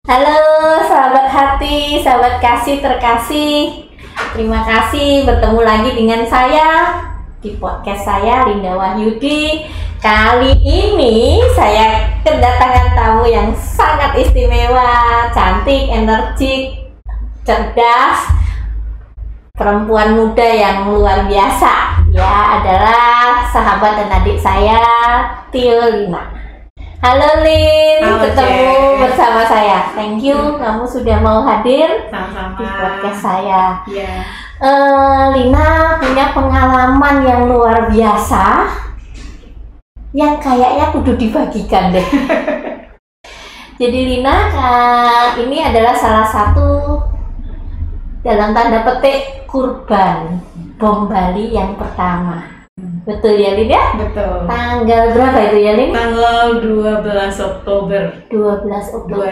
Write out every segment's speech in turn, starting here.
Halo sahabat hati, sahabat kasih terkasih. Terima kasih bertemu lagi dengan saya di podcast saya Linda Wahyudi. Kali ini saya kedatangan tamu yang sangat istimewa, cantik, energik, cerdas, perempuan muda yang luar biasa. Ya, adalah sahabat dan adik saya, Tio Lina. Halo Lin, Halo, ketemu bersama saya. Thank you, kamu sudah mau hadir Sama-sama di podcast saya. ya. Lina punya pengalaman yang luar biasa, yang kayaknya kudu dibagikan deh. Jadi Lina ini adalah salah satu dalam tanda petik korban bom Bali yang pertama. Betul ya Lin ya? Betul. Tanggal berapa itu ya Lin? Tanggal 12 Oktober 12 Oktober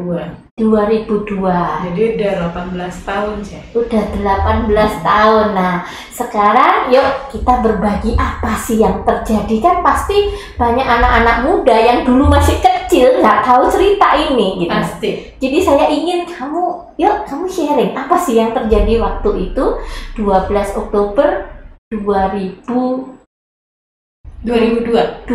2002. Jadi udah 18 tahun sih. Udah 18 tahun. Nah, sekarang yuk kita berbagi apa sih yang terjadi. Kan pasti banyak anak-anak muda yang dulu masih kecil nggak tahu cerita ini gitu. Pasti. Jadi saya ingin kamu sharing apa sih yang terjadi waktu itu 12 Oktober 2002. 2002.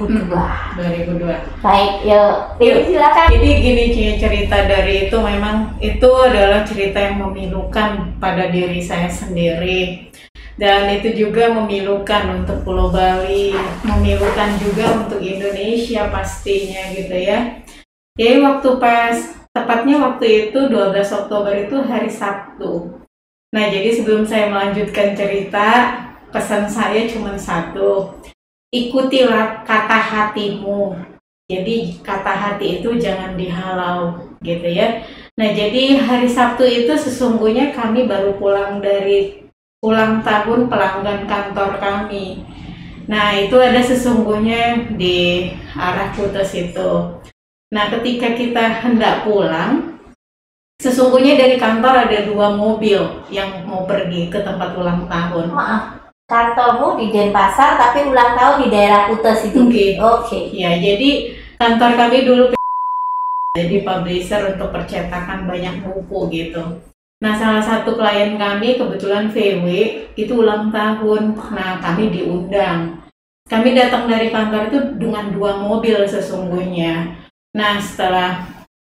Baik, yuk silakan. Jadi gini cerita dari itu, memang itu adalah cerita yang memilukan pada diri saya sendiri. Dan itu juga memilukan untuk Pulau Bali, memilukan juga untuk Indonesia pastinya gitu ya. Jadi tepatnya waktu itu 12 Oktober itu hari Sabtu. Nah, jadi sebelum saya melanjutkan cerita, pesan saya cuma satu. Ikutilah kata hatimu. Jadi kata hati itu jangan dihalau gitu ya. Nah, jadi hari Sabtu itu sesungguhnya kami baru pulang dari ulang tahun pelanggan kantor kami. Nah, itu ada sesungguhnya di arah Kutas itu. Nah, ketika kita hendak pulang, sesungguhnya dari kantor ada 2 mobil yang mau pergi ke tempat ulang tahun. Maaf, kantormu di Denpasar tapi ulang tahun di daerah Kutas itu. Oke. Ya, jadi kantor kami dulu jadi publisher untuk percetakan banyak buku gitu. Nah, salah satu klien kami kebetulan VW itu ulang tahun. Nah, kami diundang. Kami datang dari kantor itu dengan 2 mobil sesungguhnya. Nah, setelah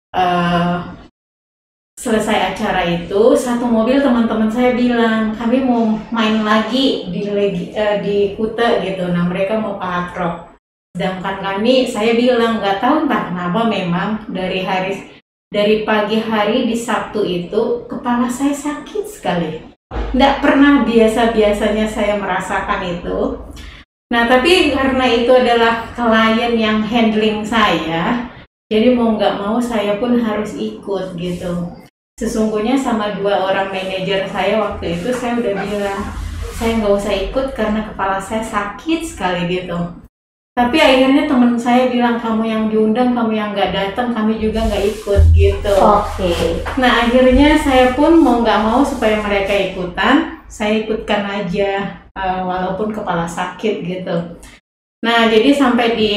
selesai acara itu, satu mobil teman-teman saya bilang, kami mau main lagi di Kuta gitu. Nah, mereka mau ke Hard Rock. Sedangkan saya bilang nggak tahu entah kenapa memang dari pagi hari di Sabtu itu kepala saya sakit sekali. Nggak pernah biasanya saya merasakan itu. Nah, tapi karena itu adalah klien yang handling saya, jadi mau nggak mau saya pun harus ikut gitu. Sesungguhnya sama 2 orang manajer saya waktu itu saya udah bilang, saya nggak usah ikut karena kepala saya sakit sekali gitu. Tapi akhirnya teman saya bilang, kamu yang diundang, kamu yang nggak datang, kami juga nggak ikut gitu. Oke. Nah, akhirnya saya pun mau nggak mau supaya mereka ikutan, saya ikutkan aja walaupun kepala sakit gitu. Nah, jadi sampai di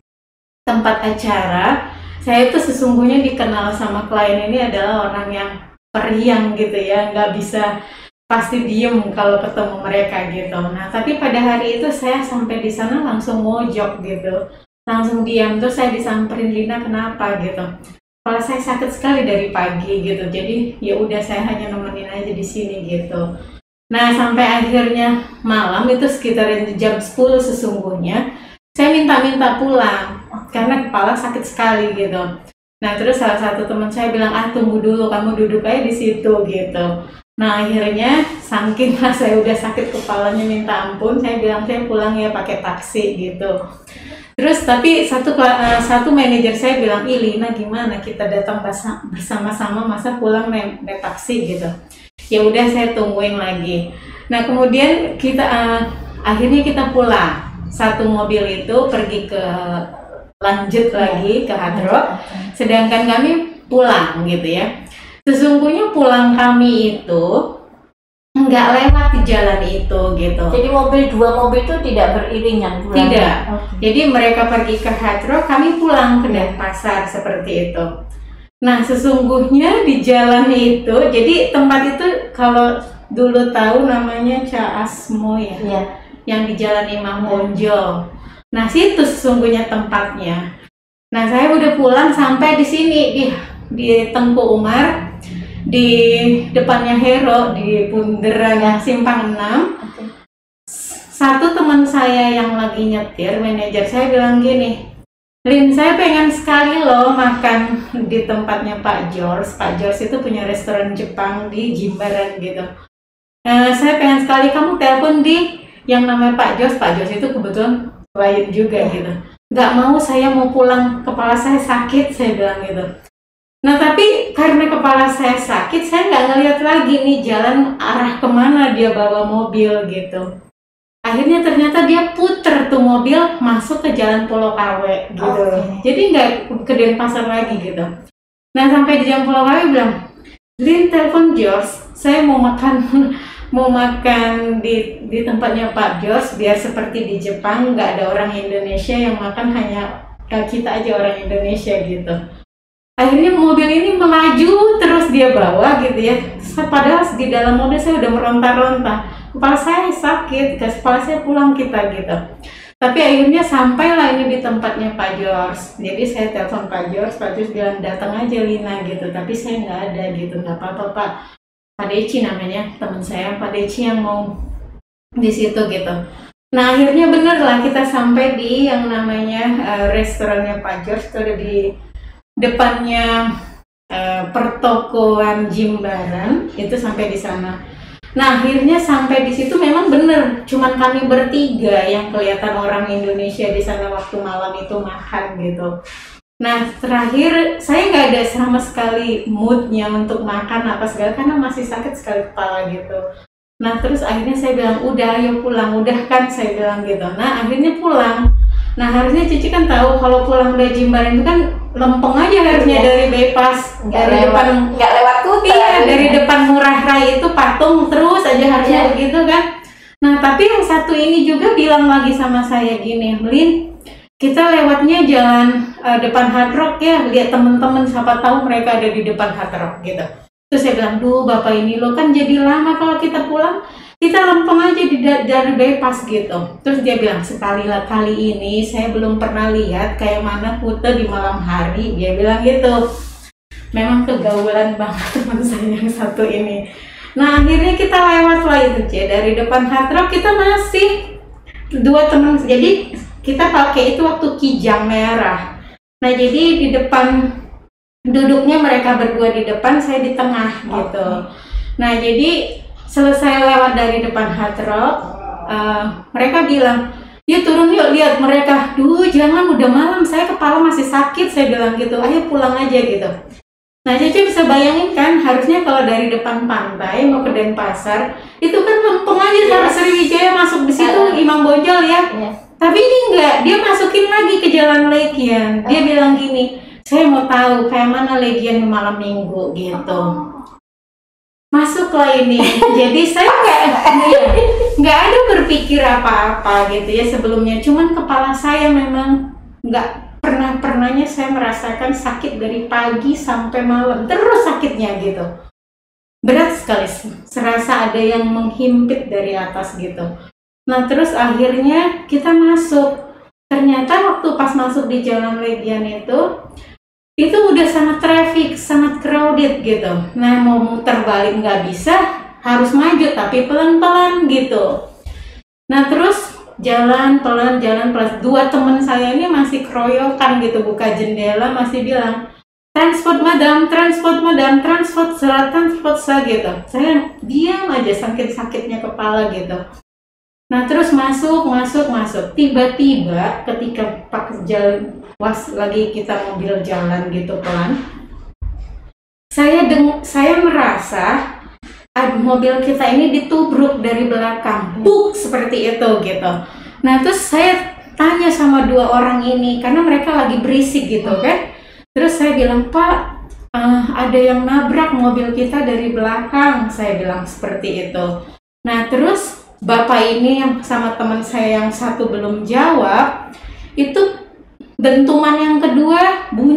tempat acara, saya itu sesungguhnya dikenal sama klien ini adalah orang yang periang gitu ya, nggak bisa pasti diem kalau ketemu mereka gitu. Nah, tapi pada hari itu saya sampai di sana langsung mojok gitu, langsung diam. Terus saya disamperin, Lina kenapa gitu? Kalau saya sakit sekali dari pagi gitu, jadi ya udah saya hanya nemenin aja di sini gitu. Nah, sampai akhirnya malam itu sekitar jam 10 sesungguhnya, saya minta pulang karena kepala sakit sekali gitu. Nah, terus salah satu teman saya bilang, tunggu dulu, kamu duduk aja di situ gitu. Nah, akhirnya saking saya udah sakit kepalanya minta ampun, saya bilang saya pulang ya pakai taksi gitu. Terus tapi satu manajer saya bilang, Lina gimana kita datang bersama-sama masa pulang naik taksi gitu. Ya udah saya tungguin lagi. Nah, kemudian akhirnya kita pulang. Satu mobil itu pergi lanjut lagi ke Hard Rock, sedangkan kami pulang gitu ya. Sesungguhnya pulang kami itu nggak lewat di jalan itu gitu. Jadi 2 mobil itu tidak beriringan pulang? Tidak. Jadi mereka pergi ke Hard Rock, kami pulang ke Denpasar seperti itu. Nah, sesungguhnya di jalan itu, jadi tempat itu kalau dulu tahu namanya Caasmo ya, yang di Jalan Imam Bonjol. Nah, situ sesungguhnya tempatnya. Nah, saya udah pulang sampai di sini di Tengku Umar, di depannya Hero, di bundaran Simpang 6. Satu teman saya yang lagi nyetir, manajer saya bilang gini, Lin, saya pengen sekali loh makan di tempatnya Pak George. Pak George itu punya restoran Jepang di Jimbaran gitu. Saya pengen sekali kamu telepon di yang namanya Pak George. Pak George itu kebetulan klien juga gitu. Gak mau, saya mau pulang, kepala saya sakit, saya bilang gitu. Nah, tapi karena kepala saya sakit, saya nggak ngeliat lagi nih jalan arah kemana dia bawa mobil gitu. Akhirnya ternyata dia puter tuh mobil masuk ke Jalan Pulau Kawe gitu. Jadi nggak ke Denpasar lagi gitu. Nah, sampai di Jalan Pulau Kawe bilang, Lin, telepon George, saya mau makan di tempatnya Pak George biar seperti di Jepang, nggak ada orang Indonesia yang makan, hanya kita aja orang Indonesia gitu. Akhirnya mobil ini melaju terus dia bawa gitu ya. Padahal di dalam mobil saya udah meronta-ronta. Kepala saya sakit, kepala saya pulang kita gitu. Tapi akhirnya sampailah ini di tempatnya Pak George. Jadi saya telepon Pak George bilang datang aja Lina gitu. Tapi saya nggak ada gitu, nggak apa-apa Pak. Pak Deci namanya teman saya, Pak Deci yang mau di situ gitu. Nah, akhirnya bener lah kita sampai di yang namanya restorannya Pak George, itu ada di depannya pertokoan Jimbaran, itu sampai di sana. Nah, akhirnya sampai di situ memang bener cuman kami bertiga yang kelihatan orang Indonesia di sana waktu malam itu makan gitu. Nah, terakhir saya nggak ada sama sekali moodnya untuk makan apa segala karena masih sakit sekali kepala gitu. Nah, terus akhirnya saya bilang udah ayo pulang, udah kan saya bilang gitu. Nah, akhirnya pulang. Nah, harusnya Cici kan tahu kalau pulang dari Jimbaran itu kan lempeng aja harusnya dari bypass, dari depan nggak lewat Kuta. Iya, dari depan Murah Rai itu patung terus aja harusnya begitu kan. Nah, tapi yang satu ini juga bilang lagi sama saya gini, Lin, kita lewatnya jalan depan Hard Rock ya, lihat temen-temen siapa tahu mereka ada di depan Hard Rock gitu. Terus saya bilang, duh bapak ini lo kan jadi lama kalau kita pulang, kita lempeng aja dari bypass gitu. Terus dia bilang, kali ini saya belum pernah lihat kayak mana Kuta di malam hari. Dia bilang gitu. Memang kegaulan banget teman saya yang satu ini. Nah, akhirnya kita lewat lah itu dari depan Hard Rock kita masih dua teman. Jadi kita pakai itu waktu Kijang Merah. Nah, jadi di depan duduknya mereka berdua di depan, saya di tengah gitu. Nah, jadi selesai lewat dari depan Hard Rock, mereka bilang, ya turun yuk lihat mereka. Duh jangan, udah malam, saya kepala masih sakit, saya bilang gitu. Ayo pulang aja gitu. Nah, Cici bisa bayangin kan, harusnya kalau dari depan pantai mau ke Denpasar, itu kan lempeng aja sampai Sriwijaya masuk di situ Imam Bonjol ya. Tapi ini enggak, dia masukin lagi ke Jalan Legian. Dia bilang gini, saya mau tahu kayak mana Legian malam minggu gitu. Masuklah ini. Jadi saya nggak ada berpikir apa-apa gitu ya sebelumnya. Cuman kepala saya memang nggak pernahnya saya merasakan sakit dari pagi sampai malam terus sakitnya gitu. Berat sekali, serasa ada yang menghimpit dari atas gitu. Nah, terus akhirnya kita masuk. Ternyata waktu pas masuk di Jalan Legian itu udah sangat traffic, sangat crowded gitu. Nah, mau muter balik nggak bisa, harus maju tapi pelan-pelan gitu. Nah, terus jalan pelan. Dua teman saya ini masih keroyokan gitu, buka jendela masih bilang, transport madam, transport gitu. Saya diam aja, sakit-sakitnya kepala gitu. Nah, terus masuk. Tiba-tiba ketika pas jalan, lagi kita mobil jalan gitu pelan, saya merasa mobil kita ini ditubruk dari belakang, buk seperti itu gitu. Nah, terus saya tanya sama dua orang ini karena mereka lagi berisik gitu kan. Terus saya bilang, Pak, ada yang nabrak mobil kita dari belakang, saya bilang seperti itu. Nah, terus bapak ini yang sama teman saya yang satu belum jawab, itu dentuman yang kedua bunyi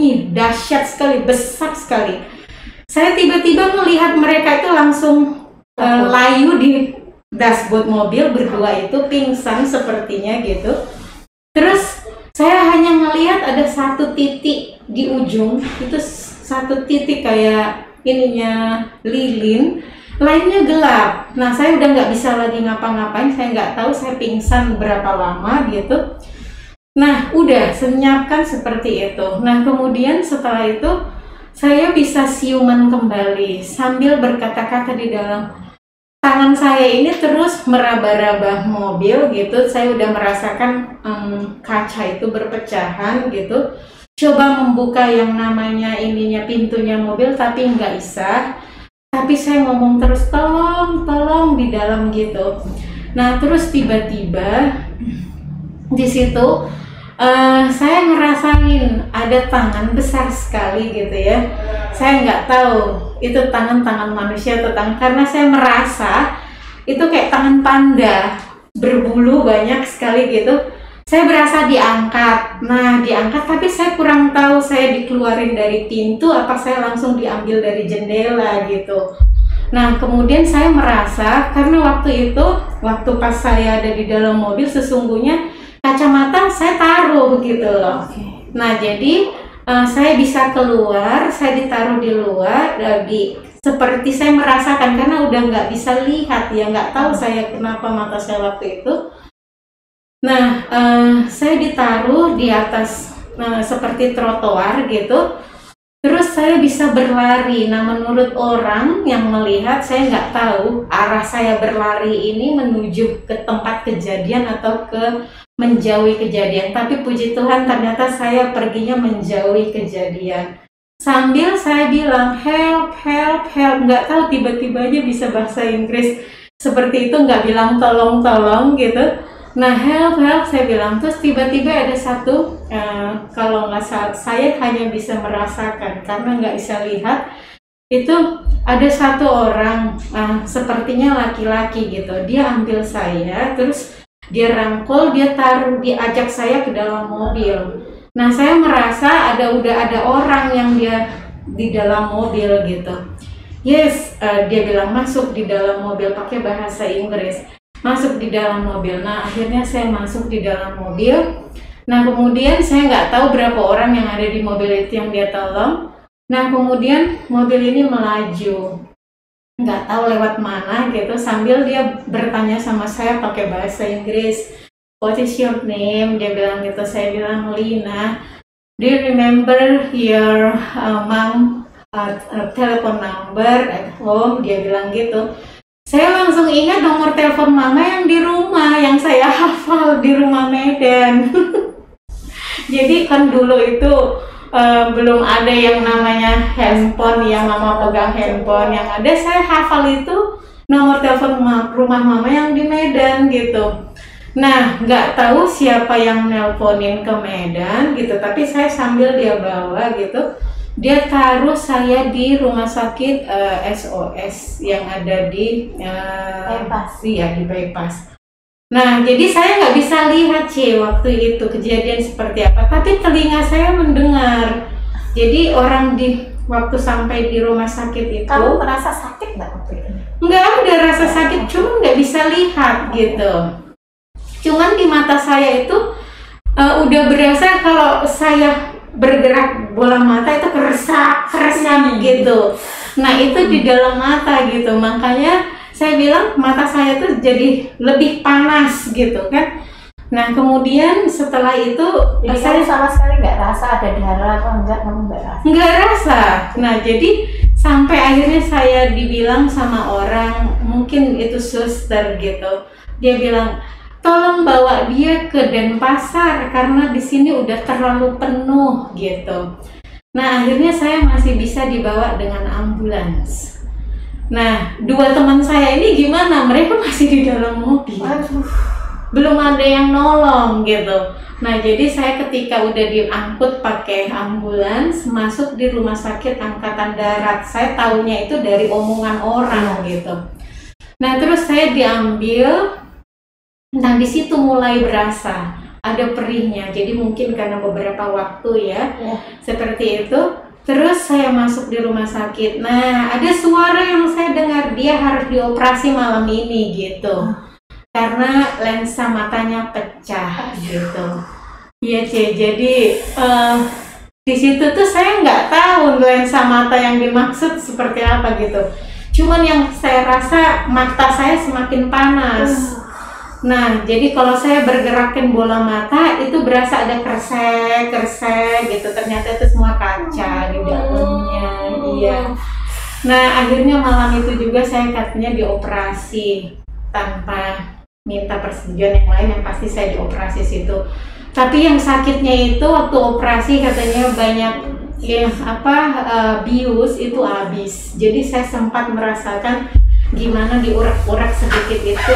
bunyi dahsyat sekali, besar sekali. Saya tiba-tiba melihat mereka itu langsung layu di dashboard mobil, berdua itu pingsan sepertinya gitu. Terus saya hanya melihat ada satu titik di ujung, itu satu titik kayak ininya lilin, lainnya gelap. Nah, saya udah nggak bisa lagi ngapa-ngapain, saya nggak tahu saya pingsan berapa lama gitu. Nah, udah senyapkan seperti itu. Nah, kemudian setelah itu saya bisa siuman kembali sambil berkata-kata di dalam. Tangan saya ini terus meraba-raba mobil gitu. Saya udah merasakan kaca itu berpecahan gitu. Coba membuka yang namanya ininya pintunya mobil tapi nggak bisa. Tapi saya ngomong terus tolong, tolong di dalam gitu. Nah terus tiba-tiba di situ saya ngerasain ada tangan besar sekali gitu ya. Saya nggak tahu itu tangan manusia atau tangan, karena saya merasa itu kayak tangan panda berbulu banyak sekali gitu. Saya berasa diangkat. Nah diangkat tapi saya kurang tahu saya dikeluarin dari pintu apa saya langsung diambil dari jendela gitu. Nah kemudian saya merasa karena waktu pas saya ada di dalam mobil sesungguhnya kacamata saya taruh gitu loh. Nah jadi saya bisa keluar, saya ditaruh di luar, seperti saya merasakan karena udah nggak bisa lihat ya, nggak tahu saya kenapa mata saya waktu itu. Nah saya ditaruh di atas seperti trotoar gitu. Terus saya bisa berlari. Nah menurut orang yang melihat, saya nggak tahu arah saya berlari ini menuju ke tempat kejadian atau ke menjauhi kejadian. Tapi puji Tuhan ternyata saya perginya menjauhi kejadian. Sambil saya bilang help, help, help. Nggak tahu tiba-tiba aja bisa bahasa Inggris seperti itu, nggak bilang tolong, tolong gitu. Nah help, help saya bilang. Terus tiba-tiba ada satu, kalau nggak salah saya hanya bisa merasakan karena nggak bisa lihat, itu ada satu orang sepertinya laki-laki gitu. Dia ambil saya, terus dia rangkul, dia taruh, diajak saya ke dalam mobil. Nah saya merasa udah ada orang yang dia di dalam mobil gitu. Yes, dia bilang masuk di dalam mobil pakai bahasa Inggris. Masuk di dalam mobil. Nah akhirnya saya masuk di dalam mobil. Nah kemudian saya nggak tahu berapa orang yang ada di mobil itu yang dia tolong. Nah kemudian mobil ini melaju, nggak tahu lewat mana gitu, sambil dia bertanya sama saya pakai bahasa Inggris, what is your name? Dia bilang gitu. Saya bilang Lina. Do you remember your mom telephone number at home? Dia bilang gitu. Saya langsung ingat nomor telepon mama yang di rumah, yang saya hafal di rumah Medan. Jadi kan dulu itu belum ada yang namanya handphone, yang mama pegang handphone. Yang ada saya hafal itu nomor telepon rumah mama yang di Medan gitu. Nah nggak tahu siapa yang nelponin ke Medan gitu, tapi saya sambil dia bawa gitu. Dia taruh saya di rumah sakit SOS yang ada di Bypass. Iya, di Bypass. Nah, jadi saya nggak bisa lihat waktu itu kejadian seperti apa, tapi telinga saya mendengar. Jadi orang waktu sampai di rumah sakit itu. Kamu merasa sakit nggak waktu itu? Nggak ada rasa sakit, cuma nggak bisa lihat gitu. Cuman di mata saya itu udah berasa kalau saya bergerak bola mata itu keresak gitu. Nah itu di dalam mata gitu, makanya saya bilang mata saya tuh jadi lebih panas gitu kan. Nah kemudian setelah itu jadi saya sama sekali nggak rasa ada darah atau enggak, kamu nggak rasa? Nggak rasa. Nah jadi sampai akhirnya saya dibilang sama orang, mungkin itu suster gitu, dia bilang tolong bawa dia ke Denpasar karena di sini udah terlalu penuh gitu. Nah akhirnya saya masih bisa dibawa dengan ambulans. Nah dua teman saya ini gimana? Mereka masih di dalam mobil. Belum ada yang nolong gitu. Nah jadi saya ketika udah diangkut pakai ambulans masuk di rumah sakit angkatan darat, saya taunya itu dari omongan orang gitu. Nah terus saya diambil. Nah di situ mulai berasa ada perihnya. Jadi mungkin karena beberapa waktu ya, seperti itu. Terus saya masuk di rumah sakit. Nah, ada suara yang saya dengar, dia harus dioperasi malam ini gitu. Karena lensa matanya pecah gitu. Iya, jadi di situ tuh saya nggak tahu lensa mata yang dimaksud seperti apa gitu. Cuman yang saya rasa mata saya semakin panas. Nah, jadi kalau saya bergerakin bola mata itu berasa ada kresek gitu. Ternyata itu semua kaca di dalamnya. Iya. Nah, akhirnya malam itu juga saya katanya dioperasi tanpa minta persetujuan yang lain, yang pasti saya dioperasi situ. Tapi yang sakitnya itu waktu operasi katanya banyak bius itu habis. Jadi saya sempat merasakan gimana diurak-urak sedikit itu.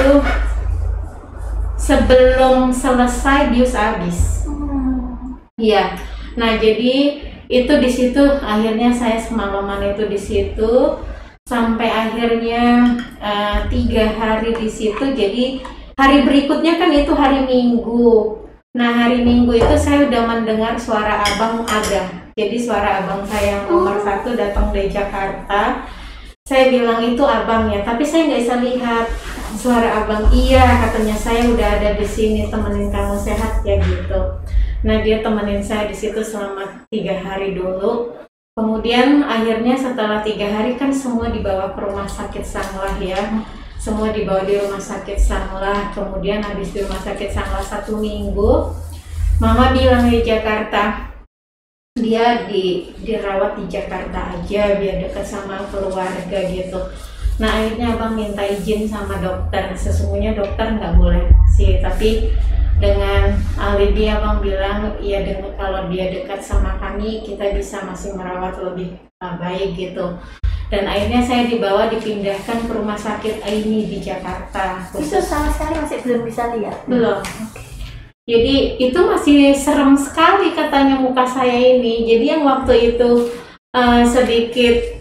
Sebelum selesai bius habis. Iya. Nah, jadi itu di situ akhirnya saya semalaman itu di situ sampai akhirnya 3 hari di situ. Jadi hari berikutnya kan itu hari Minggu. Nah, hari Minggu itu saya udah mendengar suara abang ada. Jadi suara abang saya yang nomor 1 datang dari Jakarta. Saya bilang itu abangnya, tapi saya nggak bisa lihat. Suara abang, iya katanya, saya udah ada di sini temenin kamu sehat ya gitu. Nah, dia temenin saya di situ selama 3 hari dulu. Kemudian akhirnya setelah 3 hari kan semua dibawa ke rumah sakit Sanglah ya. Semua dibawa di rumah sakit Sanglah. Kemudian habis di rumah sakit Sanglah 1 minggu, Mama bilang di Jakarta, dia dirawat di Jakarta aja biar dekat sama keluarga gitu. Nah, akhirnya abang minta izin sama dokter. Sesungguhnya dokter nggak boleh kasih, tapi dengan alibi abang bilang, iya kalau dia dekat sama kami, kita bisa masih merawat lebih baik gitu. Dan akhirnya saya dibawa dipindahkan ke rumah sakit Aini di Jakarta. Itu sama sekali masih belum bisa lihat? Belum. Jadi itu masih serem sekali katanya muka saya ini. Jadi yang waktu itu sedikit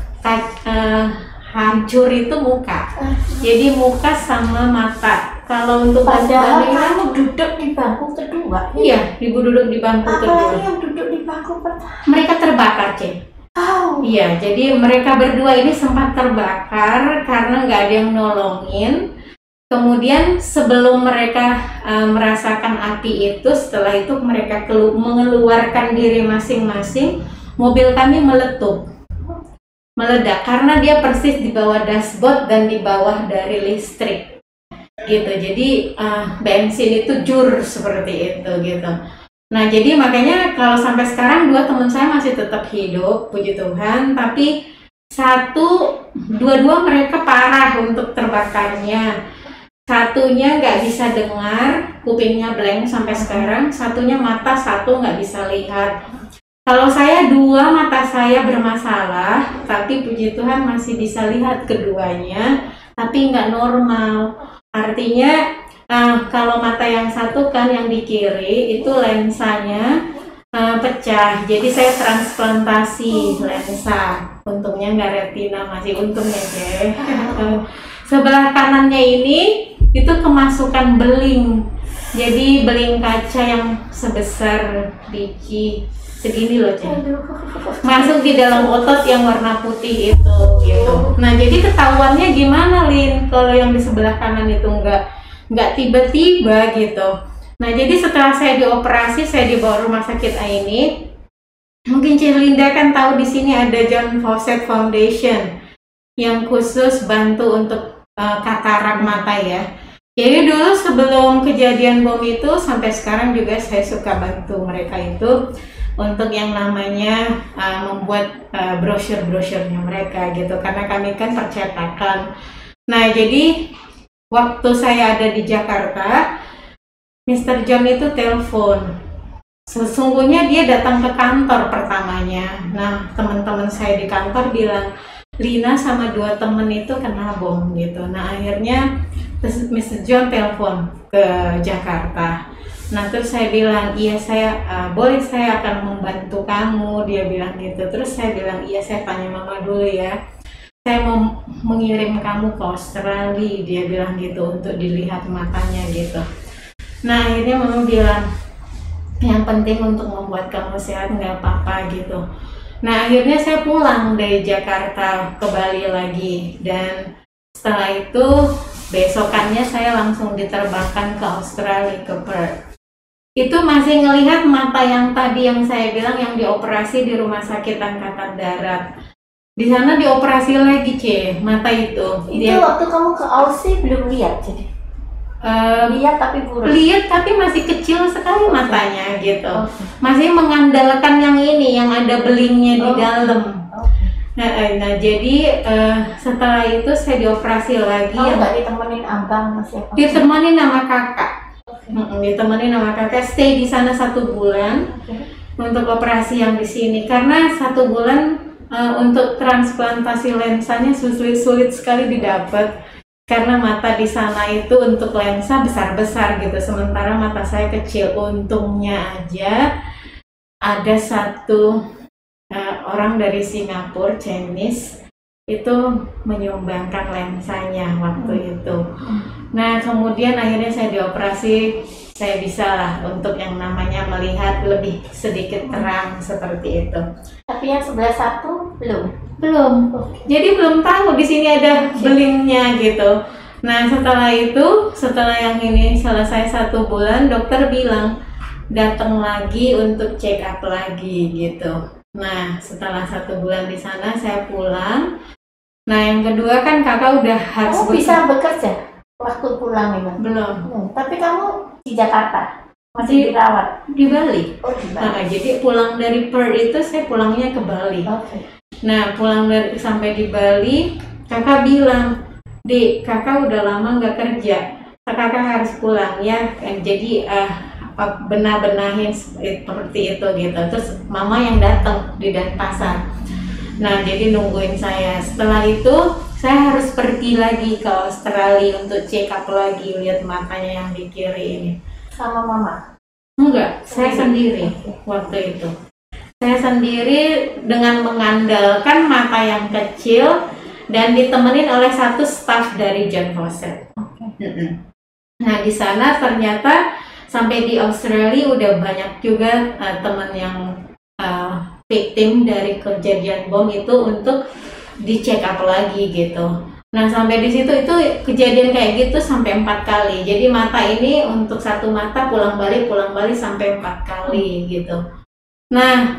hancur itu muka. Jadi muka sama mata. Kalau untuk padahal kamu duduk di bangku kedua. Iya, ibu duduk di bangku kedua. Apalagi yang duduk di bangku pertama. Mereka terbakar, Cek. Oh. Iya, jadi mereka berdua ini sempat terbakar karena nggak ada yang nolongin. Kemudian sebelum mereka merasakan api itu, setelah itu mereka mengeluarkan diri masing-masing, mobil kami meledak karena dia persis di bawah dashboard dan di bawah dari listrik gitu. Jadi bensin itu jur seperti itu gitu. Nah, jadi makanya kalau sampai sekarang 2 teman saya masih tetap hidup, puji Tuhan, tapi dua-dua mereka parah untuk terbakarnya. Satunya nggak bisa dengar, kupingnya blank sampai sekarang. Satunya mata nggak bisa lihat. Kalau saya 2 mata saya bermasalah, tapi puji Tuhan masih bisa lihat keduanya, tapi nggak normal. Artinya kalau mata yang satu kan yang di kiri itu lensanya pecah. Jadi saya transplantasi lensa. Untungnya nggak retina, masih untungnya deh. Sebelah kanannya ini itu kemasukan beling. Jadi beling kaca yang sebesar biji segini loh, Cek. Masuk di dalam otot yang warna putih itu gitu. Nah, jadi ketahuannya gimana, Lin? Kalau yang di sebelah kanan itu nggak tiba-tiba gitu. Nah, jadi setelah saya dioperasi, saya dibawa rumah sakit Aini. Mungkin Cik Linda kan tahu di sini ada John Fawcett Foundation yang khusus bantu untuk katarak mata ya. Jadi dulu sebelum kejadian bom itu sampai sekarang juga saya suka bantu mereka itu untuk yang namanya membuat brosur-brosurnya mereka gitu, karena kami kan percetakan. Nah, jadi waktu saya ada di Jakarta, Mr. John itu telepon. Sesungguhnya dia datang ke kantor pertamanya. Nah, teman-teman saya di kantor bilang, Lina sama 2 temen itu kena bom gitu. Nah, akhirnya Mr. John telepon ke Jakarta. Nah, terus saya bilang, iya saya boleh, saya akan membantu kamu. Dia bilang gitu. Terus saya bilang, iya saya tanya mama dulu ya. Saya mau mengirim kamu ke Australia. Dia bilang gitu untuk dilihat matanya gitu. Nah akhirnya mama bilang yang penting untuk membuat kamu sehat nggak apa-apa gitu. Nah akhirnya saya pulang dari Jakarta ke Bali lagi, dan setelah itu besokannya saya langsung diterbangkan ke Australia, ke Perth. Itu masih ngelihat mata yang tadi yang saya bilang yang dioperasi di Rumah Sakit Angkatan Darat. Di sana dioperasi lagi mata itu. Itu waktu kamu ke Aussie belum lihat jadi? Lihat tapi buruk. Lihat tapi masih kecil sekali matanya gitu. Masih mengandalkan yang ini, yang ada belingnya di dalam. Nah jadi setelah itu saya dioperasi lagi. Nggak ditemenin abang siapa? Ditemenin sama kakak. Ditemenin sama kakak, stay di sana 1 bulan untuk operasi yang di sini, karena 1 bulan untuk transplantasi lensanya sulit sekali didapat. Karena mata di sana itu untuk lensa besar-besar gitu, sementara mata saya kecil. Untungnya aja ada satu orang dari Singapura, Chinese, itu menyumbangkan lensanya waktu itu. Nah kemudian akhirnya saya dioperasi, saya bisa lah untuk yang namanya melihat lebih sedikit terang seperti itu. Tapi yang sebelah satu belum. Jadi belum tahu di sini ada belingnya gitu. Nah setelah itu, setelah yang ini selesai 1 bulan, dokter bilang datang lagi untuk check up lagi gitu. Nah setelah 1 bulan di sana saya pulang. Nah yang kedua kan kakak udah harus bisa bekerja waktu pulang itu? Belum. Tapi kamu di Jakarta masih dirawat di Bali. Di Bali. Nah, jadi pulang dari Perth itu saya pulangnya ke Bali. Nah pulang sampai di Bali, kakak bilang, "Dek, kakak udah lama nggak kerja, kakak harus pulang ya." Jadi benahin seperti itu gitu. Terus mama yang datang di Denpasar. Nah jadi nungguin saya. Setelah itu saya harus pergi lagi ke Australia untuk check up lagi, lihat matanya yang di kiri ini. Sama mama? Enggak, saya sendiri waktu itu. Saya sendiri dengan mengandalkan mata yang kecil dan ditemenin oleh satu staf dari John Fawcett. Nah di sana ternyata sampai di Australia udah banyak juga teman yang victim dari kejadian bom itu untuk di check up lagi gitu. Nah sampai di situ itu kejadian kayak gitu sampai 4 kali. Jadi mata ini untuk satu mata pulang balik sampai 4 kali gitu. Nah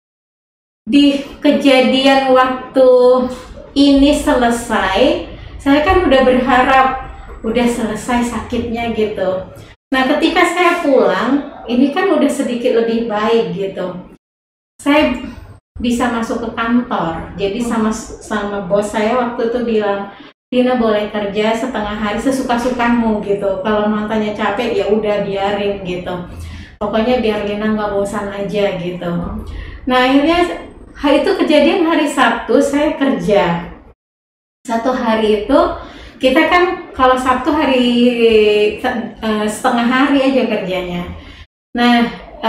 di kejadian waktu ini selesai, saya kan udah berharap udah selesai sakitnya gitu. Nah ketika saya pulang, ini kan udah sedikit lebih baik gitu. Saya bisa masuk ke kantor. Jadi sama bos saya waktu itu bilang, "Dina boleh kerja setengah hari sesuka-sukamu gitu. Kalau matanya capek ya udah biarin gitu. Pokoknya biar Lina nggak bosan aja gitu." Nah akhirnya itu kejadian hari Sabtu saya kerja. 1 hari itu kita kan kalau Sabtu hari setengah hari aja kerjanya. Nah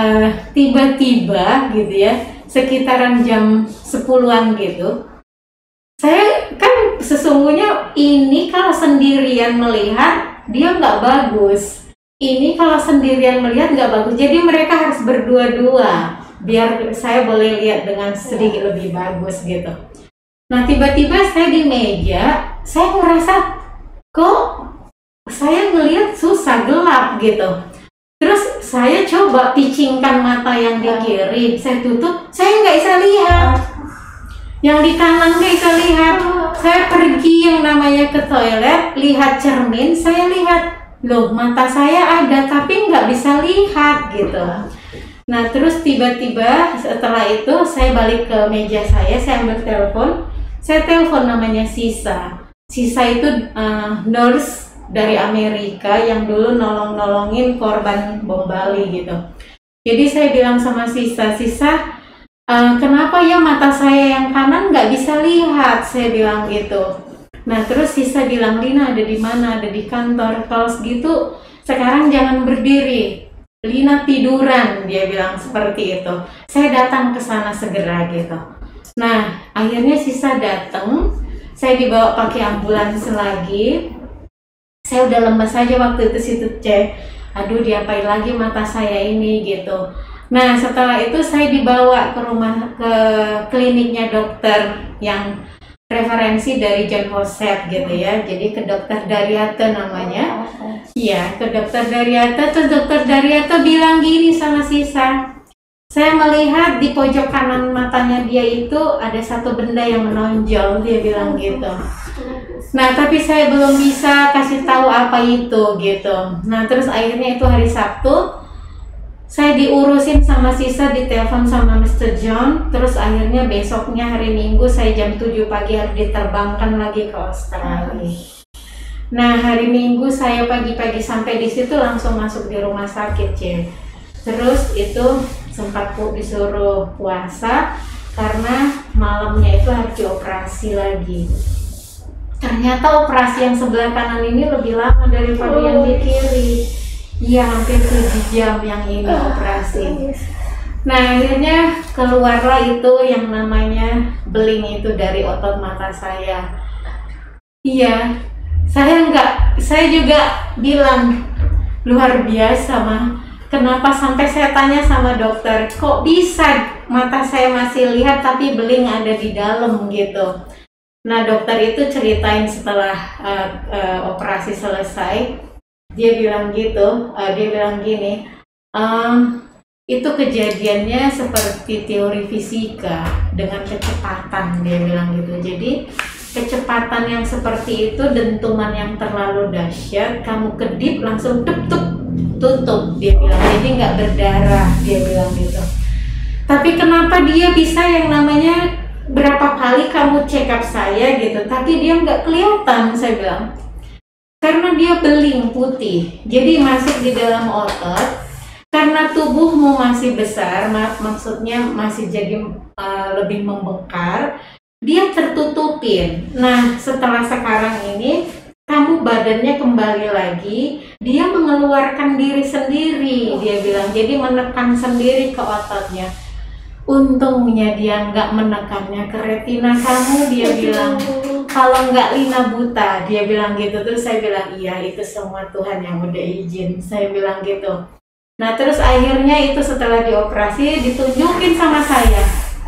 tiba-tiba gitu ya, sekitaran jam 10-an gitu, saya kan sesungguhnya ini kalau sendirian melihat dia nggak bagus, ini kalau sendirian melihat nggak bagus, jadi mereka harus berdua-dua biar saya boleh lihat dengan sedikit lebih bagus gitu. Nah tiba-tiba saya di meja, saya ngerasa kok saya ngelihat susah, gelap gitu. Terus saya coba picingkan mata yang di kiri, saya tutup, saya nggak bisa lihat. Yang di kanan nggak bisa lihat. Saya pergi yang namanya ke toilet, lihat cermin, saya lihat, loh mata saya ada tapi nggak bisa lihat gitu. Nah terus tiba-tiba setelah itu saya balik ke meja saya ambil telepon, saya telepon namanya Sisa. Sisa itu nurse dari Amerika yang dulu nolongin korban bom Bali gitu. Jadi saya bilang sama Sisa, kenapa ya mata saya yang kanan nggak bisa lihat? Saya bilang gitu. Nah terus Sisa bilang, "Lina ada di mana? Ada di kantor. Kalau segitu sekarang jangan berdiri. Lina tiduran," dia bilang seperti itu. Saya datang ke sana segera gitu. Nah akhirnya Sisa datang, saya dibawa pakai ambulans lagi. Saya udah lemes aja waktu itu situ cek. aduh diapain lagi mata saya ini gitu. Nah setelah itu saya dibawa ke kliniknya dokter yang referensi dari John Hosett gitu ya, jadi ke dokter Daryata namanya. Iya, ke dokter Daryata. Terus dokter Daryata bilang gini sama Sisa, saya melihat di pojok kanan matanya dia itu ada satu benda yang menonjol, dia bilang gitu. Nah tapi saya belum bisa kasih tahu apa itu gitu. Nah terus akhirnya itu hari Sabtu saya diurusin sama Sisa, ditelepon sama Mr. John. Terus akhirnya besoknya hari Minggu saya jam 7 pagi harus diterbangkan lagi ke Australia. Nah hari Minggu saya pagi-pagi sampai di situ langsung masuk di rumah sakit Terus itu sempat disuruh puasa karena malamnya itu harus dioperasi lagi. Ternyata operasi yang sebelah kanan ini lebih lama daripada yang di kiri. Iya, hampir 7 jam yang ini operasi. Nah akhirnya keluarlah itu yang namanya beling itu dari otot mata saya. Iya, saya juga bilang luar biasa mah. Kenapa sampai saya tanya sama dokter, kok bisa mata saya masih lihat tapi beling ada di dalam gitu. Nah dokter itu ceritain setelah operasi selesai, dia bilang gitu, dia bilang gini, itu kejadiannya seperti teori fisika dengan kecepatan, dia bilang gitu. Jadi kecepatan yang seperti itu, dentuman yang terlalu dahsyat, kamu kedip langsung tutup, dia bilang, jadi nggak berdarah, dia bilang gitu. Tapi kenapa dia bisa yang namanya berapa kali kamu check up saya gitu, tapi dia nggak kelihatan, saya bilang. Karena dia beling putih, jadi masuk di dalam otot. Karena tubuhmu masih besar, maksudnya masih jadi lebih membengkar, dia tertutupin. Nah setelah sekarang ini kamu badannya kembali lagi, dia mengeluarkan diri sendiri, dia bilang, jadi menekan sendiri ke ototnya. Untungnya dia nggak menekannya ke retina kamu, dia bilang. Kalau nggak Lina buta, dia bilang gitu. Terus saya bilang, iya itu semua Tuhan yang udah izin, saya bilang gitu. Nah terus akhirnya itu setelah dioperasi ditunjukin sama saya,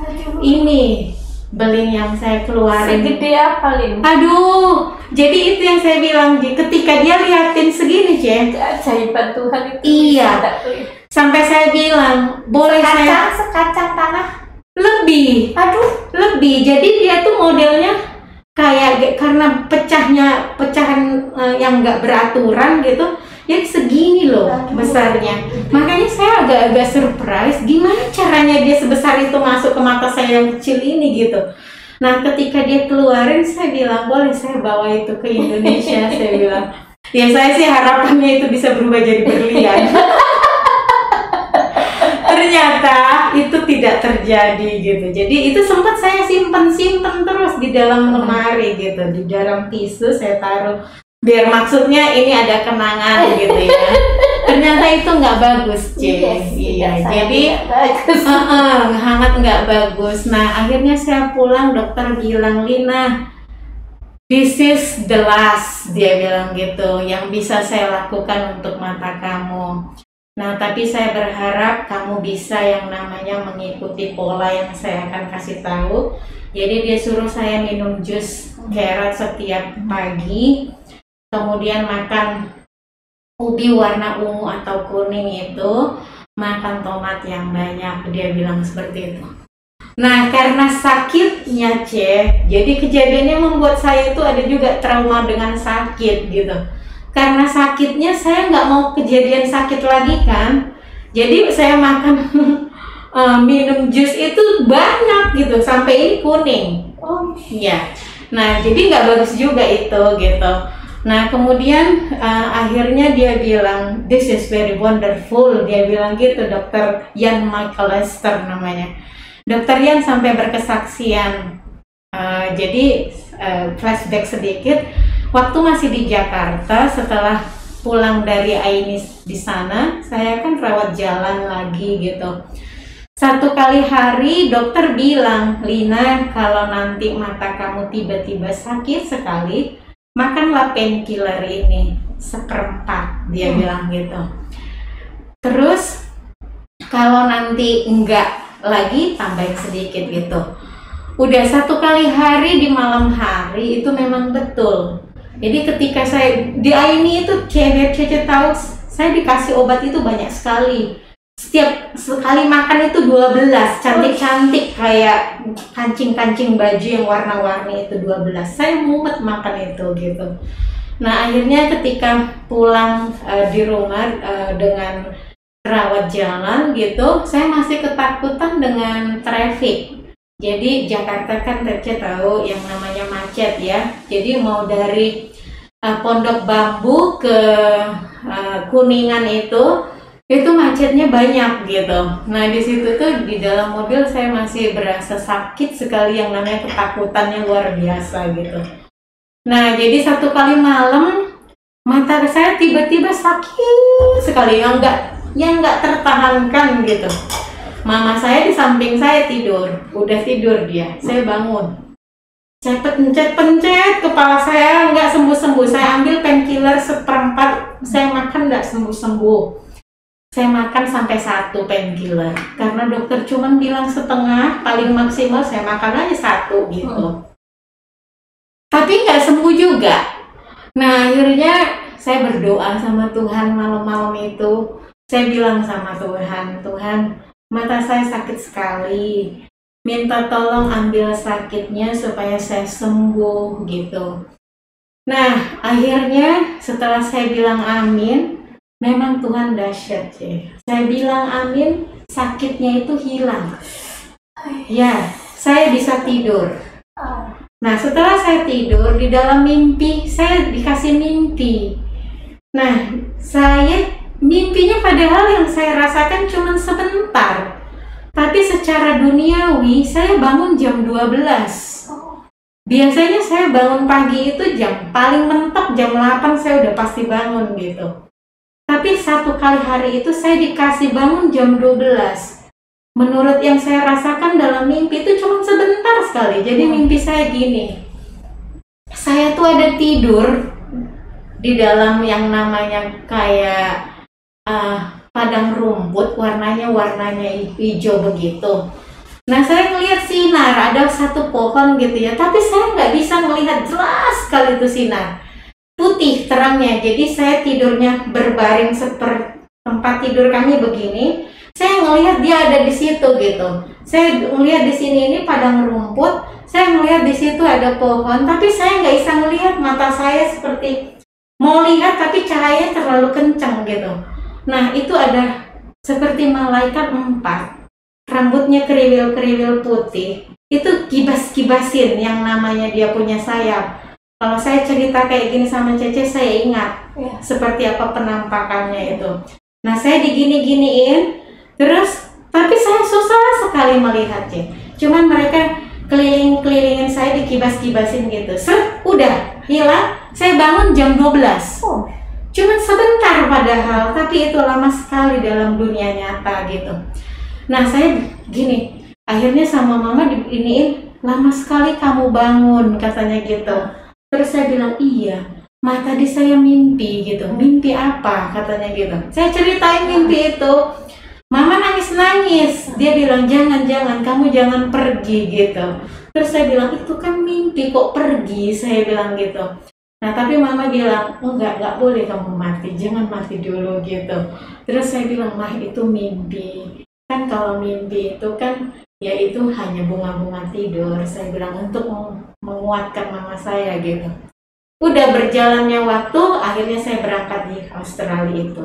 ini beling yang saya keluarin. Segede apa, Lin? Aduh, jadi itu yang saya bilang, ketika dia liatin segini keajaiban Tuhan itu. Iya, sampai saya bilang, boleh sekacang tanah lebih. Aduh, lebih. Jadi dia tuh modelnya kayak karena pecahan yang nggak beraturan gitu, jadi segini loh besarnya. Makanya saya agak-agak surprise, gimana caranya dia sebesar itu masuk ke mata saya yang kecil ini gitu. Nah ketika dia keluarin, saya bilang, boleh saya bawa itu ke Indonesia. Saya bilang, ya saya sih harapannya itu bisa berubah jadi berlian. Ternyata itu tidak terjadi gitu. Jadi itu sempat saya simpen terus di dalam lemari gitu, di dalam tisu saya taruh biar maksudnya ini ada kenangan gitu ya. Ternyata itu nggak bagus, iya. Jadi hangat nggak bagus. Nah akhirnya saya pulang, dokter bilang, Lina, this is the last, dia bilang gitu, yang bisa saya lakukan untuk mata kamu. Nah, tapi saya berharap kamu bisa yang namanya mengikuti pola yang saya akan kasih tahu. Jadi dia suruh saya minum jus carrot setiap pagi, kemudian makan ubi warna ungu atau kuning itu, makan tomat yang banyak, dia bilang seperti itu. Nah, karena sakitnya jadi kejadiannya membuat saya itu ada juga trauma dengan sakit gitu. Karena sakitnya saya nggak mau kejadian sakit lagi kan, jadi saya makan minum jus itu banyak gitu sampai ini kuning. Oh iya. Nah jadi nggak bagus juga itu gitu. Nah kemudian akhirnya dia bilang, this is very wonderful, dia bilang gitu, dokter Ian McAllister namanya. Dokter Ian sampai berkesaksian. Jadi flashback sedikit. Waktu masih di Jakarta, setelah pulang dari Ainis di sana, saya kan rawat jalan lagi gitu. Satu kali hari dokter bilang, Lina, kalau nanti mata kamu tiba-tiba sakit sekali, makanlah painkiller ini seperempat, dia bilang gitu. Terus kalau nanti enggak lagi, tambahin sedikit gitu. Udah 1 kali hari di malam hari itu memang betul. Jadi ketika saya di Aini itu Cece tahu, saya dikasih obat itu banyak sekali. Setiap sekali makan itu 12, cantik-cantik kayak kancing-kancing baju yang warna-warni itu 12. Saya mumet makan itu gitu. Nah akhirnya ketika pulang di rumah dengan rawat jalan gitu, saya masih ketakutan dengan traffic. Jadi Jakarta kan Tece tahu yang namanya macet ya. Jadi mau dari Pondok Bambu ke Kuningan itu macetnya banyak gitu. Nah di situ tuh di dalam mobil saya masih berasa sakit sekali, yang namanya ketakutannya luar biasa gitu. Nah jadi 1 kali malam mata saya tiba-tiba sakit sekali, yang nggak tertahankan gitu. Mama saya di samping saya tidur, udah tidur dia. Saya bangun, saya pencet kepala saya nggak sembuh-sembuh. Saya ambil painkiller 1/4, saya makan nggak sembuh-sembuh. Saya makan sampai 1 painkiller karena dokter cuman bilang setengah, paling maksimal saya makan aja 1 gitu. Tapi nggak sembuh juga. Nah akhirnya saya berdoa sama Tuhan malam-malam itu. Saya bilang sama Tuhan, Tuhan, mata saya sakit sekali. Minta tolong ambil sakitnya supaya saya sembuh gitu. Nah akhirnya setelah saya bilang amin, memang Tuhan dahsyat ya. Saya bilang amin, sakitnya itu hilang. Ya, saya bisa tidur. Nah setelah saya tidur, di dalam mimpi saya dikasih mimpi. Nah saya mimpinya padahal yang saya rasakan cuma sebentar, tapi secara duniawi saya bangun jam 12. Biasanya saya bangun pagi itu paling mentok jam 8 saya udah pasti bangun gitu. Tapi 1 kali hari itu saya dikasih bangun jam 12. Menurut yang saya rasakan dalam mimpi itu cuma sebentar sekali. Jadi mimpi saya gini, saya tuh ada tidur di dalam yang namanya kayak padang rumput, warnanya hijau begitu. Nah saya ngelihat sinar, ada 1 pohon gitu ya, tapi saya nggak bisa melihat jelas sekali itu sinar, putih terangnya. Jadi saya tidurnya berbaring seperti tempat tidur kami begini. Saya ngelihat dia ada di situ gitu. Saya ngelihat di sini ini padang rumput, saya ngelihat di situ ada pohon, tapi saya nggak bisa ngelihat, mata saya seperti mau lihat tapi cahayanya terlalu kencang gitu. Nah itu ada seperti malaikat 4, rambutnya kriwil-kriwil putih, itu kibas-kibasin yang namanya dia punya sayap. Kalau saya cerita kayak gini sama Cece, saya ingat seperti apa penampakannya itu. Nah saya digini-giniin, terus tapi saya susah sekali melihatnya. Cuman mereka keliling-kelilingin saya, dikibas-kibasin gitu. Udah hilang. Saya bangun jam 12. Cuman sebentar padahal, tapi itu lama sekali dalam dunia nyata gitu. Nah saya gini, akhirnya sama mama diiniin, lama sekali kamu bangun katanya gitu. Terus saya bilang iya, tadi saya mimpi gitu. Mimpi apa katanya gitu. Saya ceritain mimpi itu, mama nangis-nangis. Dia bilang jangan kamu jangan pergi gitu. Terus saya bilang itu kan mimpi kok pergi, saya bilang gitu. Nah tapi mama bilang enggak boleh kamu mati, jangan mati dulu gitu. Terus saya bilang mah itu mimpi, kan kalau mimpi itu kan ya itu hanya bunga-bunga tidur. Saya bilang untuk menguatkan mama saya gitu. Udah berjalannya waktu, akhirnya saya berangkat di Australia itu.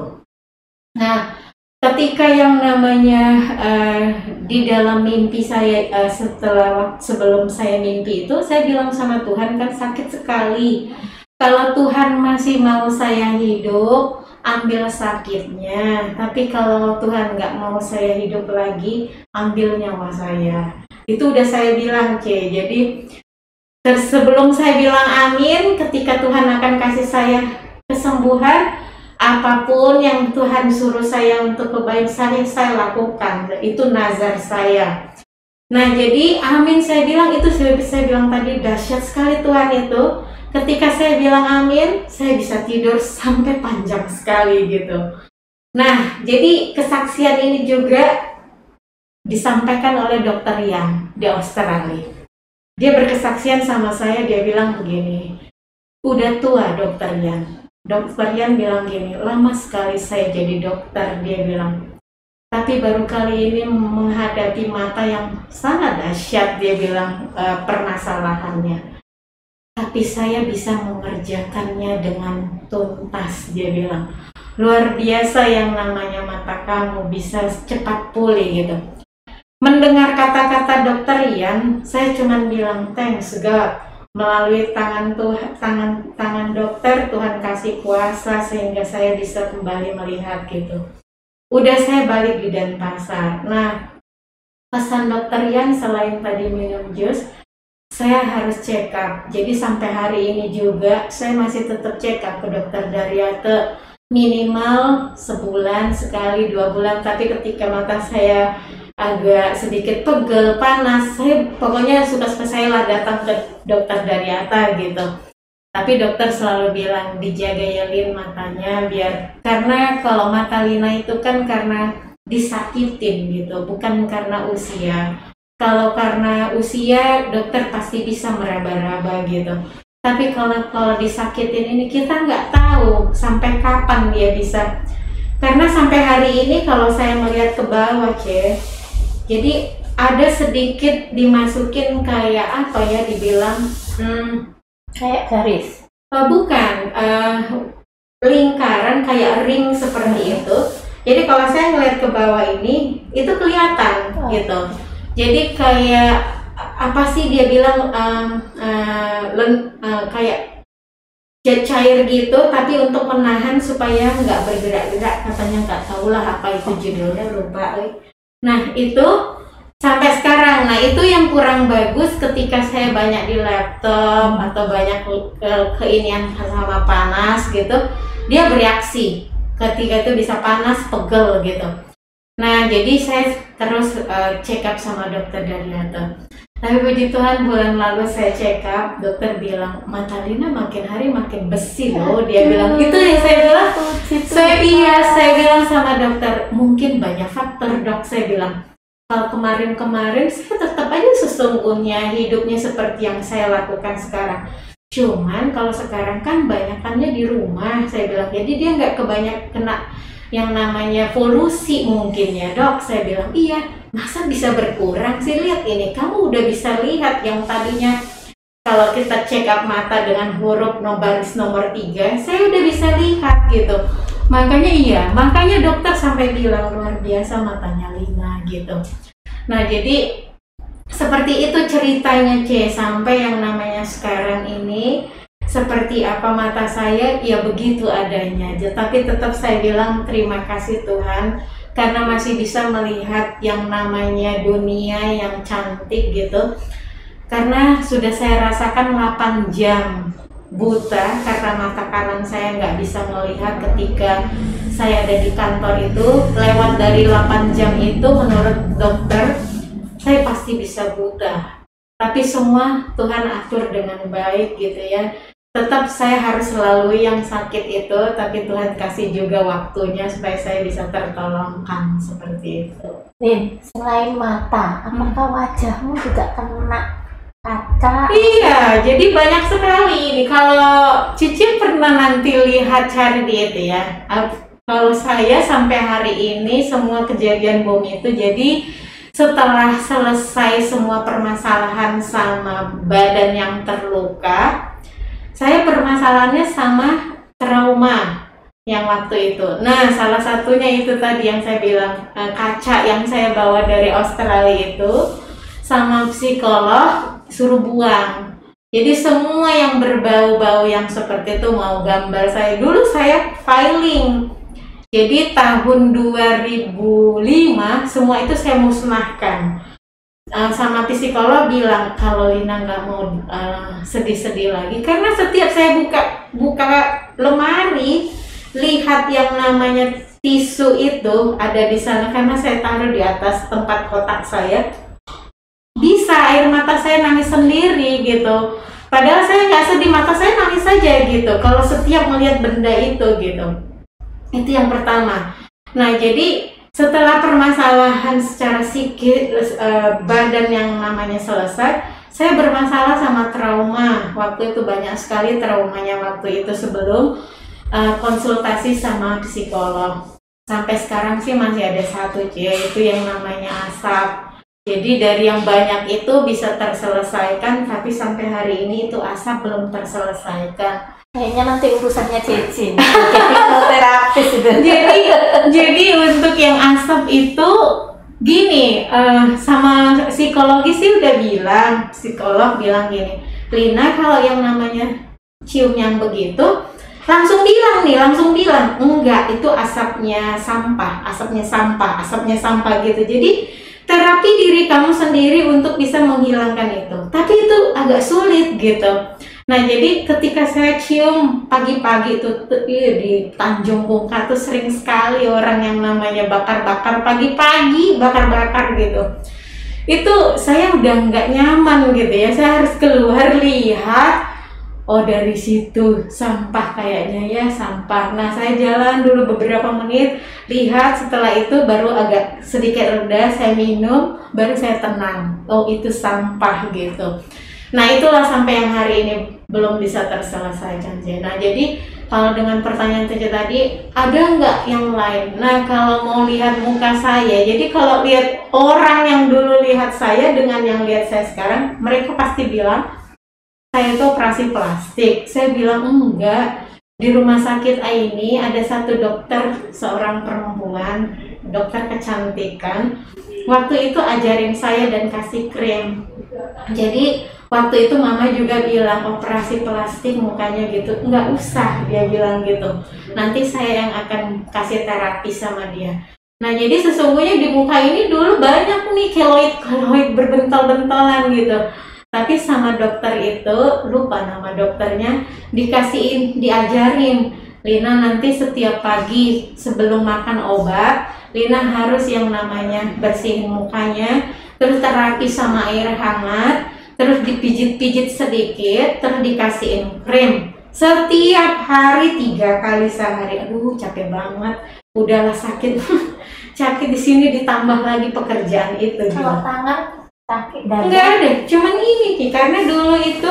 Nah ketika yang namanya di dalam mimpi saya, sebelum saya mimpi itu, saya bilang sama Tuhan, kan sakit sekali. Kalau Tuhan masih mau saya hidup, ambil sakitnya. Tapi kalau Tuhan nggak mau saya hidup lagi, ambil nyawa saya. Itu udah saya bilang, Jadi sebelum saya bilang amin, ketika Tuhan akan kasih saya kesembuhan, apapun yang Tuhan suruh saya untuk kebaikan saya lakukan. Itu nazar saya. Nah jadi amin saya bilang, itu saya bilang tadi dahsyat sekali Tuhan itu. Ketika saya bilang amin, saya bisa tidur sampai panjang sekali gitu. Nah, jadi kesaksian ini juga disampaikan oleh dokter Yan di Australia. Dia berkesaksian sama saya, dia bilang begini, udah tua dokter Yan. Dokter Yan bilang gini, lama sekali saya jadi dokter, dia bilang. Tapi baru kali ini menghadapi mata yang sangat dahsyat, dia bilang permasalahannya. Tapi saya bisa mengerjakannya dengan tuntas, dia bilang. Luar biasa yang namanya mata kamu bisa cepat pulih gitu. Mendengar kata-kata dokter Ian, saya cuma bilang thanks God. Melalui tangan dokter, Tuhan kasih kuasa sehingga saya bisa kembali melihat gitu. Udah saya balik di Denpasar. Nah, pesan dokter Ian selain tadi minum jus, saya harus check up. Jadi sampai hari ini juga saya masih tetap check up ke dokter Daryate minimal sebulan sekali, 2 bulan. Tapi ketika mata saya agak sedikit pegel, panas, saya pokoknya suka-suka saya lah datang ke dokter Daryate gitu. Tapi dokter selalu bilang dijaga ya Lin matanya, biar karena kalau mata Lina itu kan karena disakitin gitu, bukan karena usia. Kalau karena usia dokter pasti bisa meraba-raba gitu. Tapi kalau disakitin ini kita nggak tahu sampai kapan dia bisa. Karena sampai hari ini kalau saya melihat ke bawah, jadi ada sedikit dimasukin kayak apa ya dibilang kayak garis. Bukan, lingkaran kayak ring seperti itu. Jadi kalau saya ngeliat ke bawah ini, itu kelihatan gitu. Jadi kayak apa sih dia bilang kayak jet cair gitu, tapi untuk menahan supaya nggak bergerak-gerak, katanya nggak tahu lah apa itu judulnya, lupa. Nah itu sampai sekarang, nah itu yang kurang bagus ketika saya banyak di laptop atau banyak keinian sama panas gitu, dia bereaksi ketika itu bisa panas, pegel gitu. Nah jadi saya terus check up sama dokter Daryate. Tapi puji Tuhan bulan lalu saya check up, dokter bilang mata Lina makin hari makin besi loh, dia bilang itu yang saya bilang. Saya bilang sama dokter mungkin banyak faktor dok, saya bilang. Kalau kemarin saya tetap aja sesungguhnya hidupnya seperti yang saya lakukan sekarang. Cuman kalau sekarang kan banyakannya di rumah, saya bilang. Jadi dia nggak kena yang namanya polusi mungkin ya dok. Saya bilang iya, masa bisa berkurang sih, lihat ini. Kamu udah bisa lihat yang tadinya kalau kita check up mata dengan huruf baris nomor 3, saya udah bisa lihat gitu. Makanya dokter sampai bilang luar biasa matanya Lina gitu. Nah jadi seperti itu ceritanya sampai yang namanya sekarang ini seperti apa mata saya ya begitu adanya. Tapi tetap saya bilang terima kasih Tuhan karena masih bisa melihat yang namanya dunia yang cantik gitu. Karena sudah saya rasakan 8 jam buta karena mata kanan saya nggak bisa melihat ketika saya ada di kantor itu. Lewat dari 8 jam itu menurut dokter saya pasti bisa buta, tapi semua Tuhan atur dengan baik gitu ya. Tetap saya harus melalui yang sakit itu, tapi Tuhan kasih juga waktunya supaya saya bisa tertolongkan seperti itu. Lin, selain mata, apakah wajahmu juga kena kaca? Iya, jadi banyak sekali ini. Kalau Cici pernah nanti lihat cari itu ya. Kalau saya sampai hari ini semua kejadian bom itu, jadi setelah selesai semua permasalahan sama badan yang terluka, saya permasalahannya sama trauma yang waktu itu. Nah, salah satunya itu tadi yang saya bilang, kaca yang saya bawa dari Australia itu, sama psikolog suruh buang. Jadi semua yang berbau-bau yang seperti itu, mau gambar saya, dulu saya filing. Jadi tahun 2005 semua itu saya musnahkan. Sama psikolog bilang kalau Lina nggak mau sedih-sedih lagi, karena setiap saya buka lemari, lihat yang namanya tisu itu ada di sana, karena saya taruh di atas tempat kotak saya. Bisa air mata saya nangis sendiri gitu. Padahal saya nggak sedih, mata saya nangis saja gitu. Kalau setiap melihat benda itu gitu. Itu yang pertama. Nah, jadi setelah permasalahan secara psikis badan yang namanya selesai, saya bermasalah sama trauma. Waktu itu banyak sekali traumanya waktu itu sebelum konsultasi sama psikolog. Sampai sekarang sih masih ada satu, yaitu yang namanya asap. Jadi dari yang banyak itu bisa terselesaikan, tapi sampai hari ini itu asap belum terselesaikan. Kayaknya nanti urusannya Cece, terapis itu. Jadi untuk yang asap itu gini, sama psikologi sih udah bilang, psikolog bilang gini, Lina kalau yang namanya cium yang begitu, langsung bilang, enggak, itu asapnya sampah gitu. Jadi terapi diri kamu sendiri untuk bisa menghilangkan itu, tapi itu agak sulit gitu. Nah, jadi ketika saya cium pagi-pagi itu di Tanjung Bungka tuh sering sekali orang yang namanya bakar-bakar pagi-pagi, bakar-bakar gitu. Itu saya udah nggak nyaman gitu ya, saya harus keluar lihat, oh dari situ sampah kayaknya ya, sampah. Nah, saya jalan dulu beberapa menit, lihat, setelah itu baru agak sedikit reda, saya minum, baru saya tenang, oh itu sampah gitu. Nah, itulah sampai yang hari ini belum bisa terselesaikan. Nah, jadi kalau dengan pertanyaan Cece tadi, ada nggak yang lain? Nah, kalau mau lihat muka saya, jadi kalau lihat orang yang dulu lihat saya dengan yang lihat saya sekarang, mereka pasti bilang saya itu operasi plastik. Saya bilang enggak. Di rumah sakit ini ada satu dokter, seorang perempuan, dokter kecantikan. Waktu itu ajarin saya dan kasih krim. Jadi waktu itu mama juga bilang operasi plastik mukanya gitu, nggak usah, dia bilang gitu. Nanti saya yang akan kasih terapi sama dia. Nah, jadi sesungguhnya di muka ini dulu banyak nih keloid berbental-bentalan gitu. Tapi sama dokter itu, lupa nama dokternya, diajarin, Lina nanti setiap pagi sebelum makan obat, Lina harus yang namanya bersihin mukanya, terus terapi sama air hangat, terus dipijit-pijit sedikit, terus dikasihin krim setiap hari 3 kali sehari. Aduh, capek banget, udahlah sakit. Sakit di sini ditambah lagi pekerjaan itu. Kalau tangan sakit dada? Enggak ada, cuman ini karena dulu itu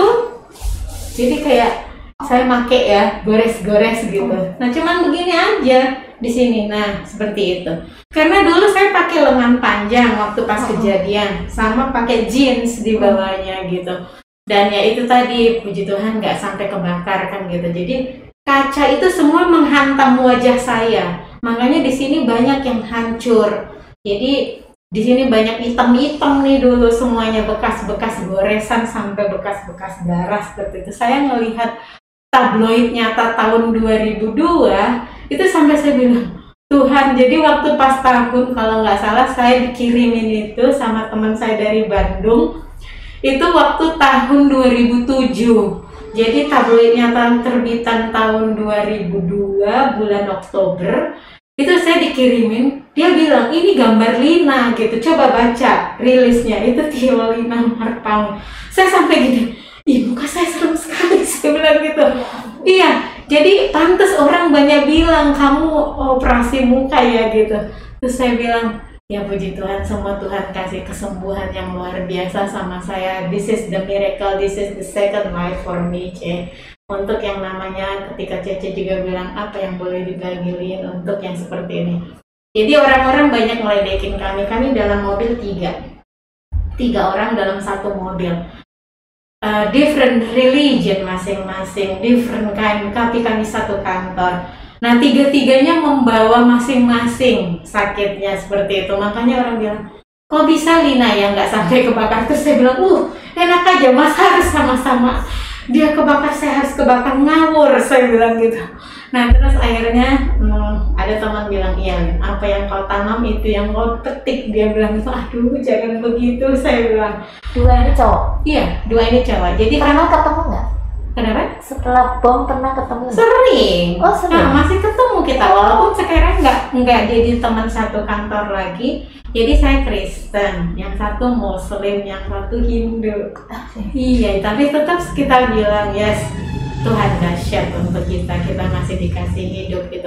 jadi kayak saya make ya, gores-gores gitu. Nah, cuman begini aja di sini. Nah, seperti itu. Karena dulu saya pakai lengan panjang waktu pas kejadian, sama pakai jeans di bawahnya gitu. Dan ya itu tadi, puji Tuhan nggak sampai kebakar kan gitu. Jadi kaca itu semua menghantam wajah saya. Makanya di sini banyak yang hancur. Jadi di sini banyak hitam-hitam nih dulu semuanya, bekas-bekas goresan sampai bekas-bekas darah seperti itu. Saya ngelihat tabloid Nyata tahun 2002 itu sampai saya bilang, Tuhan, jadi waktu pas tahun kalau nggak salah saya dikirimin itu sama teman saya dari Bandung, itu waktu tahun 2007. Jadi tabloid Nyata terbitan tahun 2002 bulan Oktober, itu saya dikirimin, dia bilang ini gambar Lina gitu, coba baca rilisnya, itu Tio Lina Marpaung. Saya sampai gini, ih muka saya serem sekali, saya bilang gitu. Iya, jadi pantas orang banyak bilang kamu operasi muka ya gitu. Terus saya bilang, ya puji Tuhan, semua Tuhan kasih kesembuhan yang luar biasa sama saya. This is the miracle, this is the second life for me, Ce. Untuk yang namanya ketika Cece juga bilang apa yang boleh dibagiin untuk yang seperti ini. Jadi orang-orang banyak ngeledekin kami dalam mobil 3 orang dalam satu mobil. Different religion masing-masing, different kind, tapi kami satu kantor. Nah, 3-tiganya membawa masing-masing sakitnya seperti itu. Makanya orang bilang, kok bisa Lina ya nggak sampai kebakar? Terus saya bilang, enak aja, mas harus sama-sama. Dia kebakar, saya harus kebakar, ngawur, saya bilang gitu. Nah, terus akhirnya ada teman bilang, iya, apa yang kau tanam itu yang kau petik. Dia bilang, aduh jangan begitu, saya bilang. 2 ini cowok? Iya, 2 ini cowok. Jadi pernah ketemu nggak? Kenapa? Setelah bom pernah ketemu? Sering. Oh, sering. Nah, masih ketemu kita, walaupun sekarang nggak jadi teman satu kantor lagi. Jadi saya Kristen, yang satu Muslim, yang satu Hindu. Iya, tapi tetap kita bilang yes, Tuhan dahsyat untuk kita masih dikasih hidup gitu.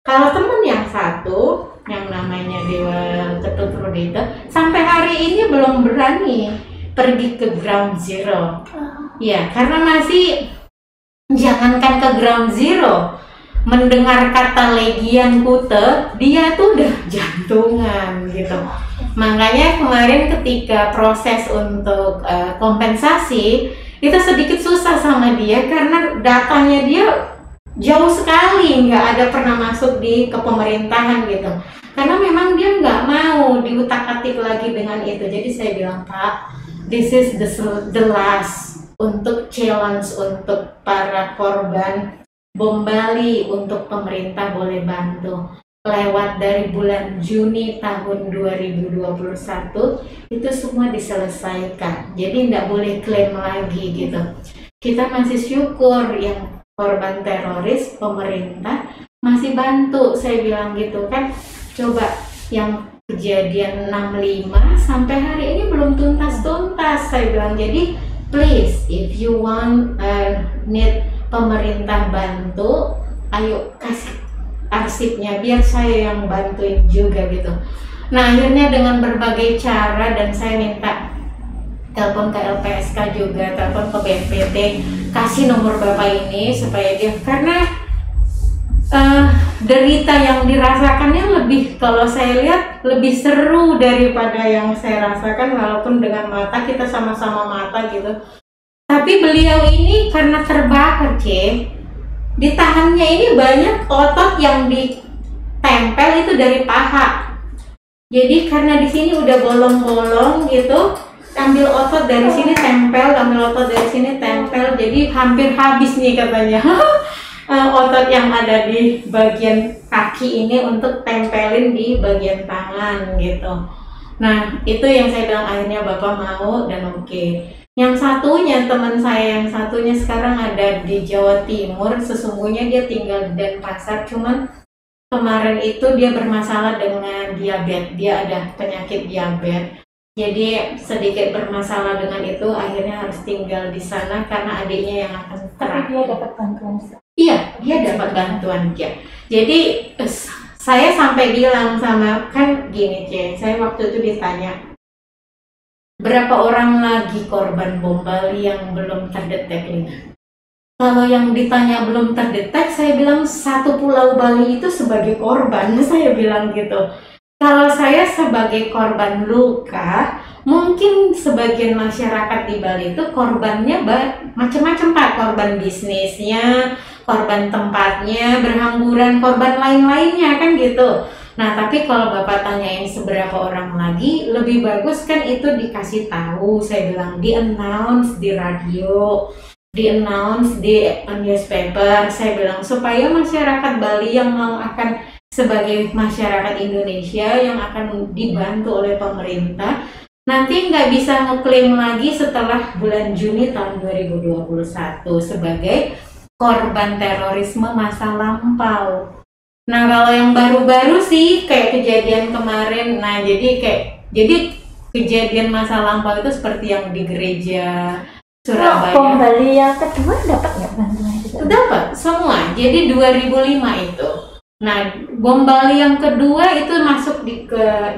Kalau temen yang satu, yang namanya Dewa Ketut Rudita, sampai hari ini belum berani pergi ke ground zero. Ya, karena masih, jangankan ke ground zero, mendengar kata Legian Kute, dia tuh udah jantungan gitu. Makanya kemarin ketika proses untuk kompensasi, itu sedikit susah sama dia karena datanya dia jauh sekali, nggak ada pernah masuk ke pemerintahan gitu. Karena memang dia nggak mau diutak-atik lagi dengan itu. Jadi saya bilang, Pak, this is the last untuk challenge untuk para korban bom Bali, untuk pemerintah boleh bantu. Lewat dari bulan Juni tahun 2021 itu semua diselesaikan. Jadi nggak boleh klaim lagi gitu. Kita masih syukur yang korban teroris, pemerintah masih bantu, saya bilang gitu kan. Coba yang kejadian 65 sampai hari ini belum tuntas-tuntas, saya bilang. Jadi please, if you want need pemerintah bantu, ayo kasih arsipnya biar saya yang bantuin juga gitu. Nah akhirnya dengan berbagai cara, dan saya minta telepon ke LPSK juga, telepon ke BNPT, kasih nomor bapak ini supaya dia, karena derita yang dirasakannya lebih, kalau saya lihat lebih seru daripada yang saya rasakan, walaupun dengan mata kita sama-sama mata gitu. Tapi beliau ini karena terbakar, di tangannya ini banyak otot yang ditempel itu dari paha. Jadi karena di sini udah bolong-bolong gitu, ambil otot dari sini tempel, ambil otot dari sini tempel, jadi hampir habis nih katanya otot yang ada di bagian kaki ini untuk tempelin di bagian tangan gitu. Nah itu yang saya bilang, akhirnya bapak mau dan oke. Yang satunya, teman saya yang satunya sekarang ada di Jawa Timur, sesungguhnya dia tinggal di Denpasar, cuman kemarin itu dia bermasalah dengan diabetes, dia ada penyakit diabetes. Jadi sedikit bermasalah dengan itu, akhirnya harus tinggal di sana karena adiknya yang akan Tapi dia dapat bantuan. Iya, dia dapat bantuan ya. Jadi saya sampai bilang sama, kan gini saya waktu itu ditanya, berapa orang lagi korban bom Bali yang belum terdetek ini? Kalau yang ditanya belum terdetek, saya bilang satu pulau Bali itu sebagai korban, saya bilang gitu. Kalau saya sebagai korban luka, mungkin sebagian masyarakat di Bali itu korbannya macam-macam Pak, korban bisnisnya, korban tempatnya, berhamburan, korban lain-lainnya kan gitu. Nah tapi kalau Bapak tanyain seberapa orang lagi, lebih bagus kan itu dikasih tahu, saya bilang, di-announce di radio, di-announce di newspaper, saya bilang, supaya masyarakat Bali yang mau akan sebagai masyarakat Indonesia yang akan dibantu oleh pemerintah nanti nggak bisa ngeklaim lagi setelah bulan Juni tahun 2021 sebagai korban terorisme masa lampau. Nah kalau yang baru-baru sih kayak kejadian kemarin, nah jadi kejadian masa lampau itu seperti yang di gereja Surabaya. Bom Bali yang kedua dapat nggak bantuan juga? Dapat semua. Jadi 2005 itu. Nah, bom Bali yang kedua itu masuk di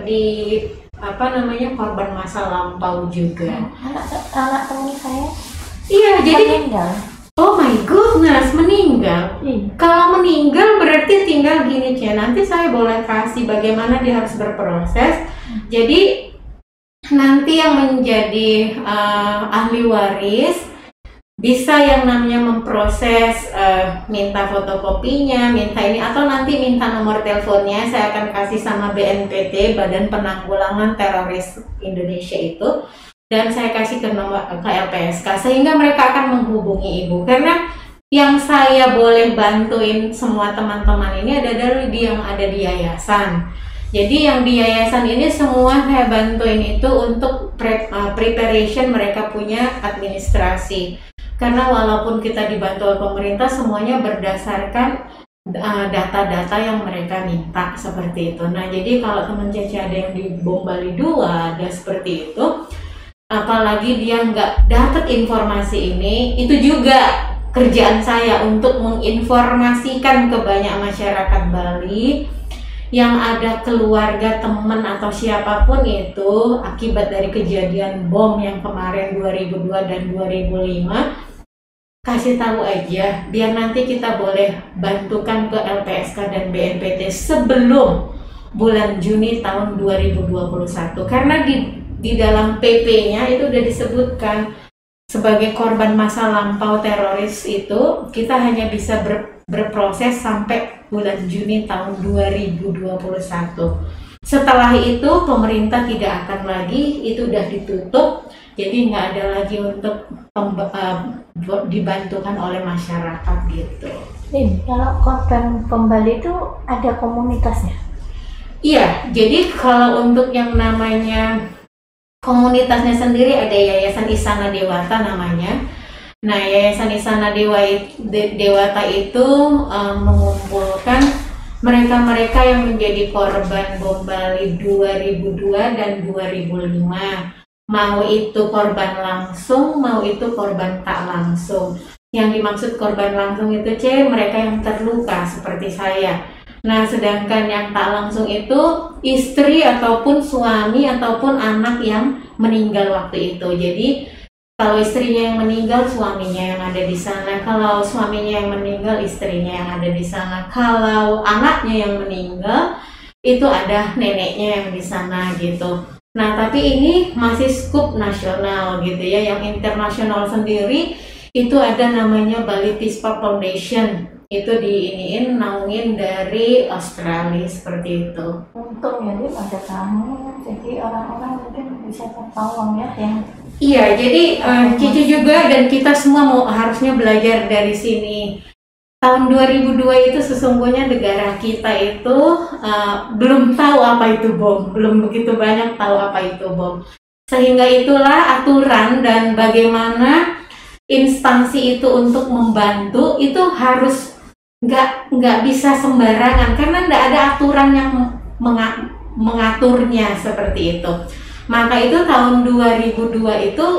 korban masa lampau juga. Anak teman saya. Iya, jadi meninggal. Oh my goodness, meninggal. Kalau meninggal berarti tinggal gini nanti saya boleh kasih bagaimana dia harus berproses. Jadi nanti yang menjadi ahli waris bisa yang namanya memproses, minta fotokopinya, minta ini, atau nanti minta nomor teleponnya, saya akan kasih sama BNPT, Badan Penanggulangan Teroris Indonesia itu, dan saya kasih ke nomor ke LPSK, sehingga mereka akan menghubungi ibu. Karena yang saya boleh bantuin semua teman-teman ini adalah yang ada di yayasan. Jadi yang di yayasan ini semua saya bantuin itu untuk preparation mereka punya administrasi. Karena walaupun kita dibantu oleh pemerintah, semuanya berdasarkan data-data yang mereka minta seperti itu. Nah, jadi kalau teman Cece ada yang di bom Bali 2 ada seperti itu, apalagi dia nggak dapat informasi ini, itu juga kerjaan saya untuk menginformasikan ke banyak masyarakat Bali yang ada keluarga, teman atau siapapun itu akibat dari kejadian bom yang kemarin 2002 dan 2005, kasih tahu aja biar nanti kita boleh bantukan ke LPSK dan BNPT sebelum bulan Juni tahun 2021, karena di dalam PP-nya itu udah disebutkan sebagai korban masa lampau teroris itu kita hanya bisa berproses sampai bulan Juni tahun 2021. Setelah itu pemerintah tidak akan lagi, itu udah ditutup, jadi nggak ada lagi untuk dibantukan oleh masyarakat gitu. Kalau korban bom Bali itu ada komunitasnya? Iya, jadi kalau untuk yang namanya komunitasnya sendiri ada Yayasan Isana Dewata namanya. Nah, Yayasan Isana Dewata itu mengumpulkan mereka-mereka yang menjadi korban bom Bali 2002 dan 2005. Mau itu korban langsung, mau itu korban tak langsung. Yang dimaksud korban langsung itu mereka yang terluka seperti saya. Nah, sedangkan yang tak langsung itu istri ataupun suami ataupun anak yang meninggal waktu itu. Jadi kalau istrinya yang meninggal, suaminya yang ada di sana. Kalau suaminya yang meninggal, istrinya yang ada di sana. Kalau anaknya yang meninggal, itu ada neneknya yang di sana gitu. Nah, tapi ini masih skup nasional gitu ya. Yang internasional sendiri itu ada namanya Bali Peace Park Foundation. Itu naungin dari Australia seperti itu. Untung ya, ada kamu, jadi orang-orang mungkin bisa tertolong ya yang. Iya, jadi Cici juga dan kita semua harusnya belajar dari sini. Tahun 2002 itu sesungguhnya negara kita itu belum tahu apa itu bom, belum begitu banyak tahu apa itu bom. Sehingga itulah aturan dan bagaimana instansi itu untuk membantu itu harus nggak bisa sembarangan, karena nggak ada aturan yang mengaturnya seperti itu. Maka itu tahun 2002 itu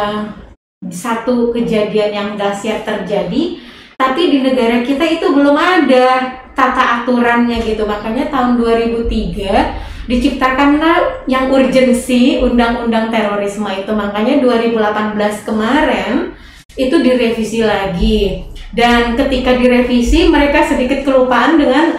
satu kejadian yang dahsyat terjadi, tapi di negara kita itu belum ada tata aturannya gitu. Makanya tahun 2003 diciptakanlah yang urgensi undang-undang terorisme itu. Makanya 2018 kemarin itu direvisi lagi. Dan ketika direvisi mereka sedikit kelupaan dengan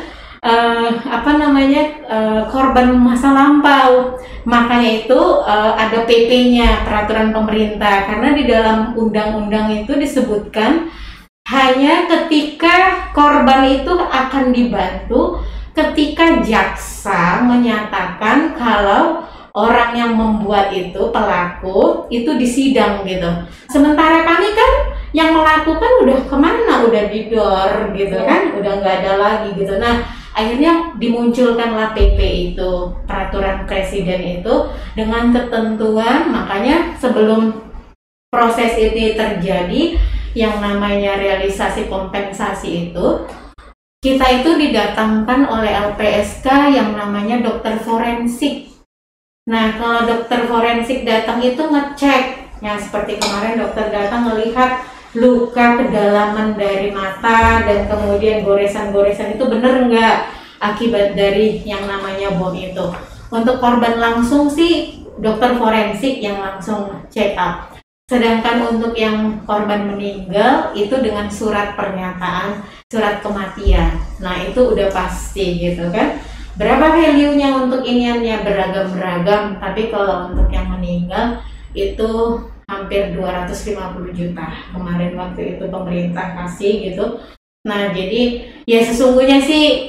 korban masa lampau. Makanya itu ada PP-nya, peraturan pemerintah, karena di dalam undang-undang itu disebutkan hanya ketika korban itu akan dibantu ketika jaksa menyatakan kalau orang yang membuat itu, pelaku itu disidang gitu. Sementara kami kan yang melakukan udah kemana, udah didor gitu kan, udah nggak ada lagi gitu. Nah, akhirnya dimunculkanlah PP itu, peraturan presiden itu dengan ketentuan. Makanya sebelum proses ini terjadi, yang namanya realisasi kompensasi itu, kita itu didatangkan oleh LPSK yang namanya dokter forensik. Nah, kalau dokter forensik datang itu ngecek, ya seperti kemarin dokter datang melihat luka kedalaman dari mata dan kemudian goresan-goresan itu bener nggak akibat dari yang namanya bom itu. Untuk korban langsung sih dokter forensik yang langsung check up. Sedangkan untuk yang korban meninggal itu dengan surat pernyataan, surat kematian. Nah, itu udah pasti gitu kan. Berapa value-nya untuk iniannya beragam-beragam, tapi kalau untuk yang meninggal itu hampir 250 juta kemarin waktu itu pemerintah kasih gitu. Nah, jadi ya sesungguhnya sih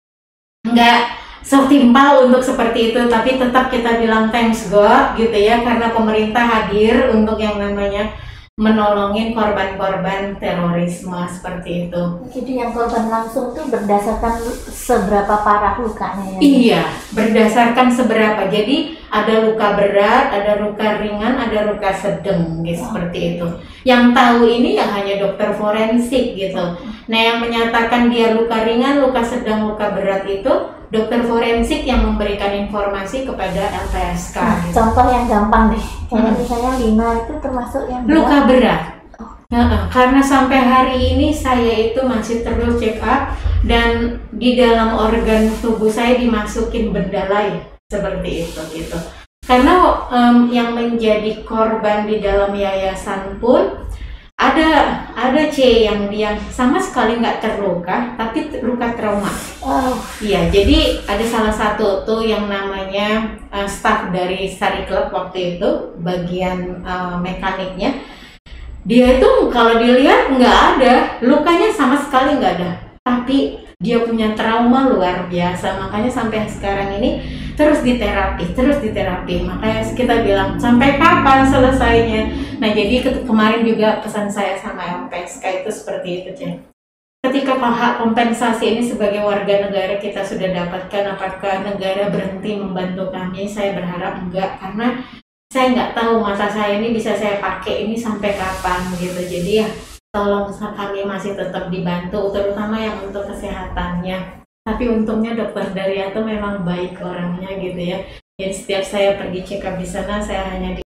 nggak setimpal untuk seperti itu, tapi tetap kita bilang thanks God gitu ya, karena pemerintah hadir untuk yang namanya menolongin korban-korban terorisme seperti itu. Jadi yang korban langsung tuh berdasarkan seberapa parah lukanya ya? Iya, berdasarkan seberapa. Jadi ada luka berat, ada luka ringan, ada luka sedang gitu, seperti itu. Yang tahu ini ya hanya dokter forensik gitu. Nah, yang menyatakan dia luka ringan, luka sedang, luka berat itu dokter forensik yang memberikan informasi kepada LPSK. Contoh yang gampang deh, kayak misalnya Lina itu termasuk yang luka berat. Karena sampai hari ini saya itu masih terus check up dan di dalam organ tubuh saya dimasukin benda lain seperti itu gitu. Karena yang menjadi korban di dalam yayasan pun ada C yang dia sama sekali nggak terluka tapi luka trauma. Iya, jadi ada salah satu tuh yang namanya staff dari Sari Club waktu itu bagian mekaniknya. Dia itu kalau dilihat nggak ada lukanya sama sekali nggak ada, tapi dia punya trauma luar biasa, makanya sampai sekarang ini terus diterapi. Makanya kita bilang sampai kapan selesainya. Nah jadi kemarin juga pesan saya sama LPSK itu seperti itu, Cen. Ketika hak kompensasi ini sebagai warga negara kita sudah dapatkan, apakah negara berhenti membantu kami? Saya berharap enggak, karena saya nggak tahu mata saya ini bisa saya pakai ini sampai kapan gitu. Jadi ya tolong kami masih tetap dibantu, terutama yang untuk kesehatannya. Tapi untungnya Dokter Daryanto memang baik orangnya gitu ya. Jadi setiap saya pergi check up di sana, saya hanya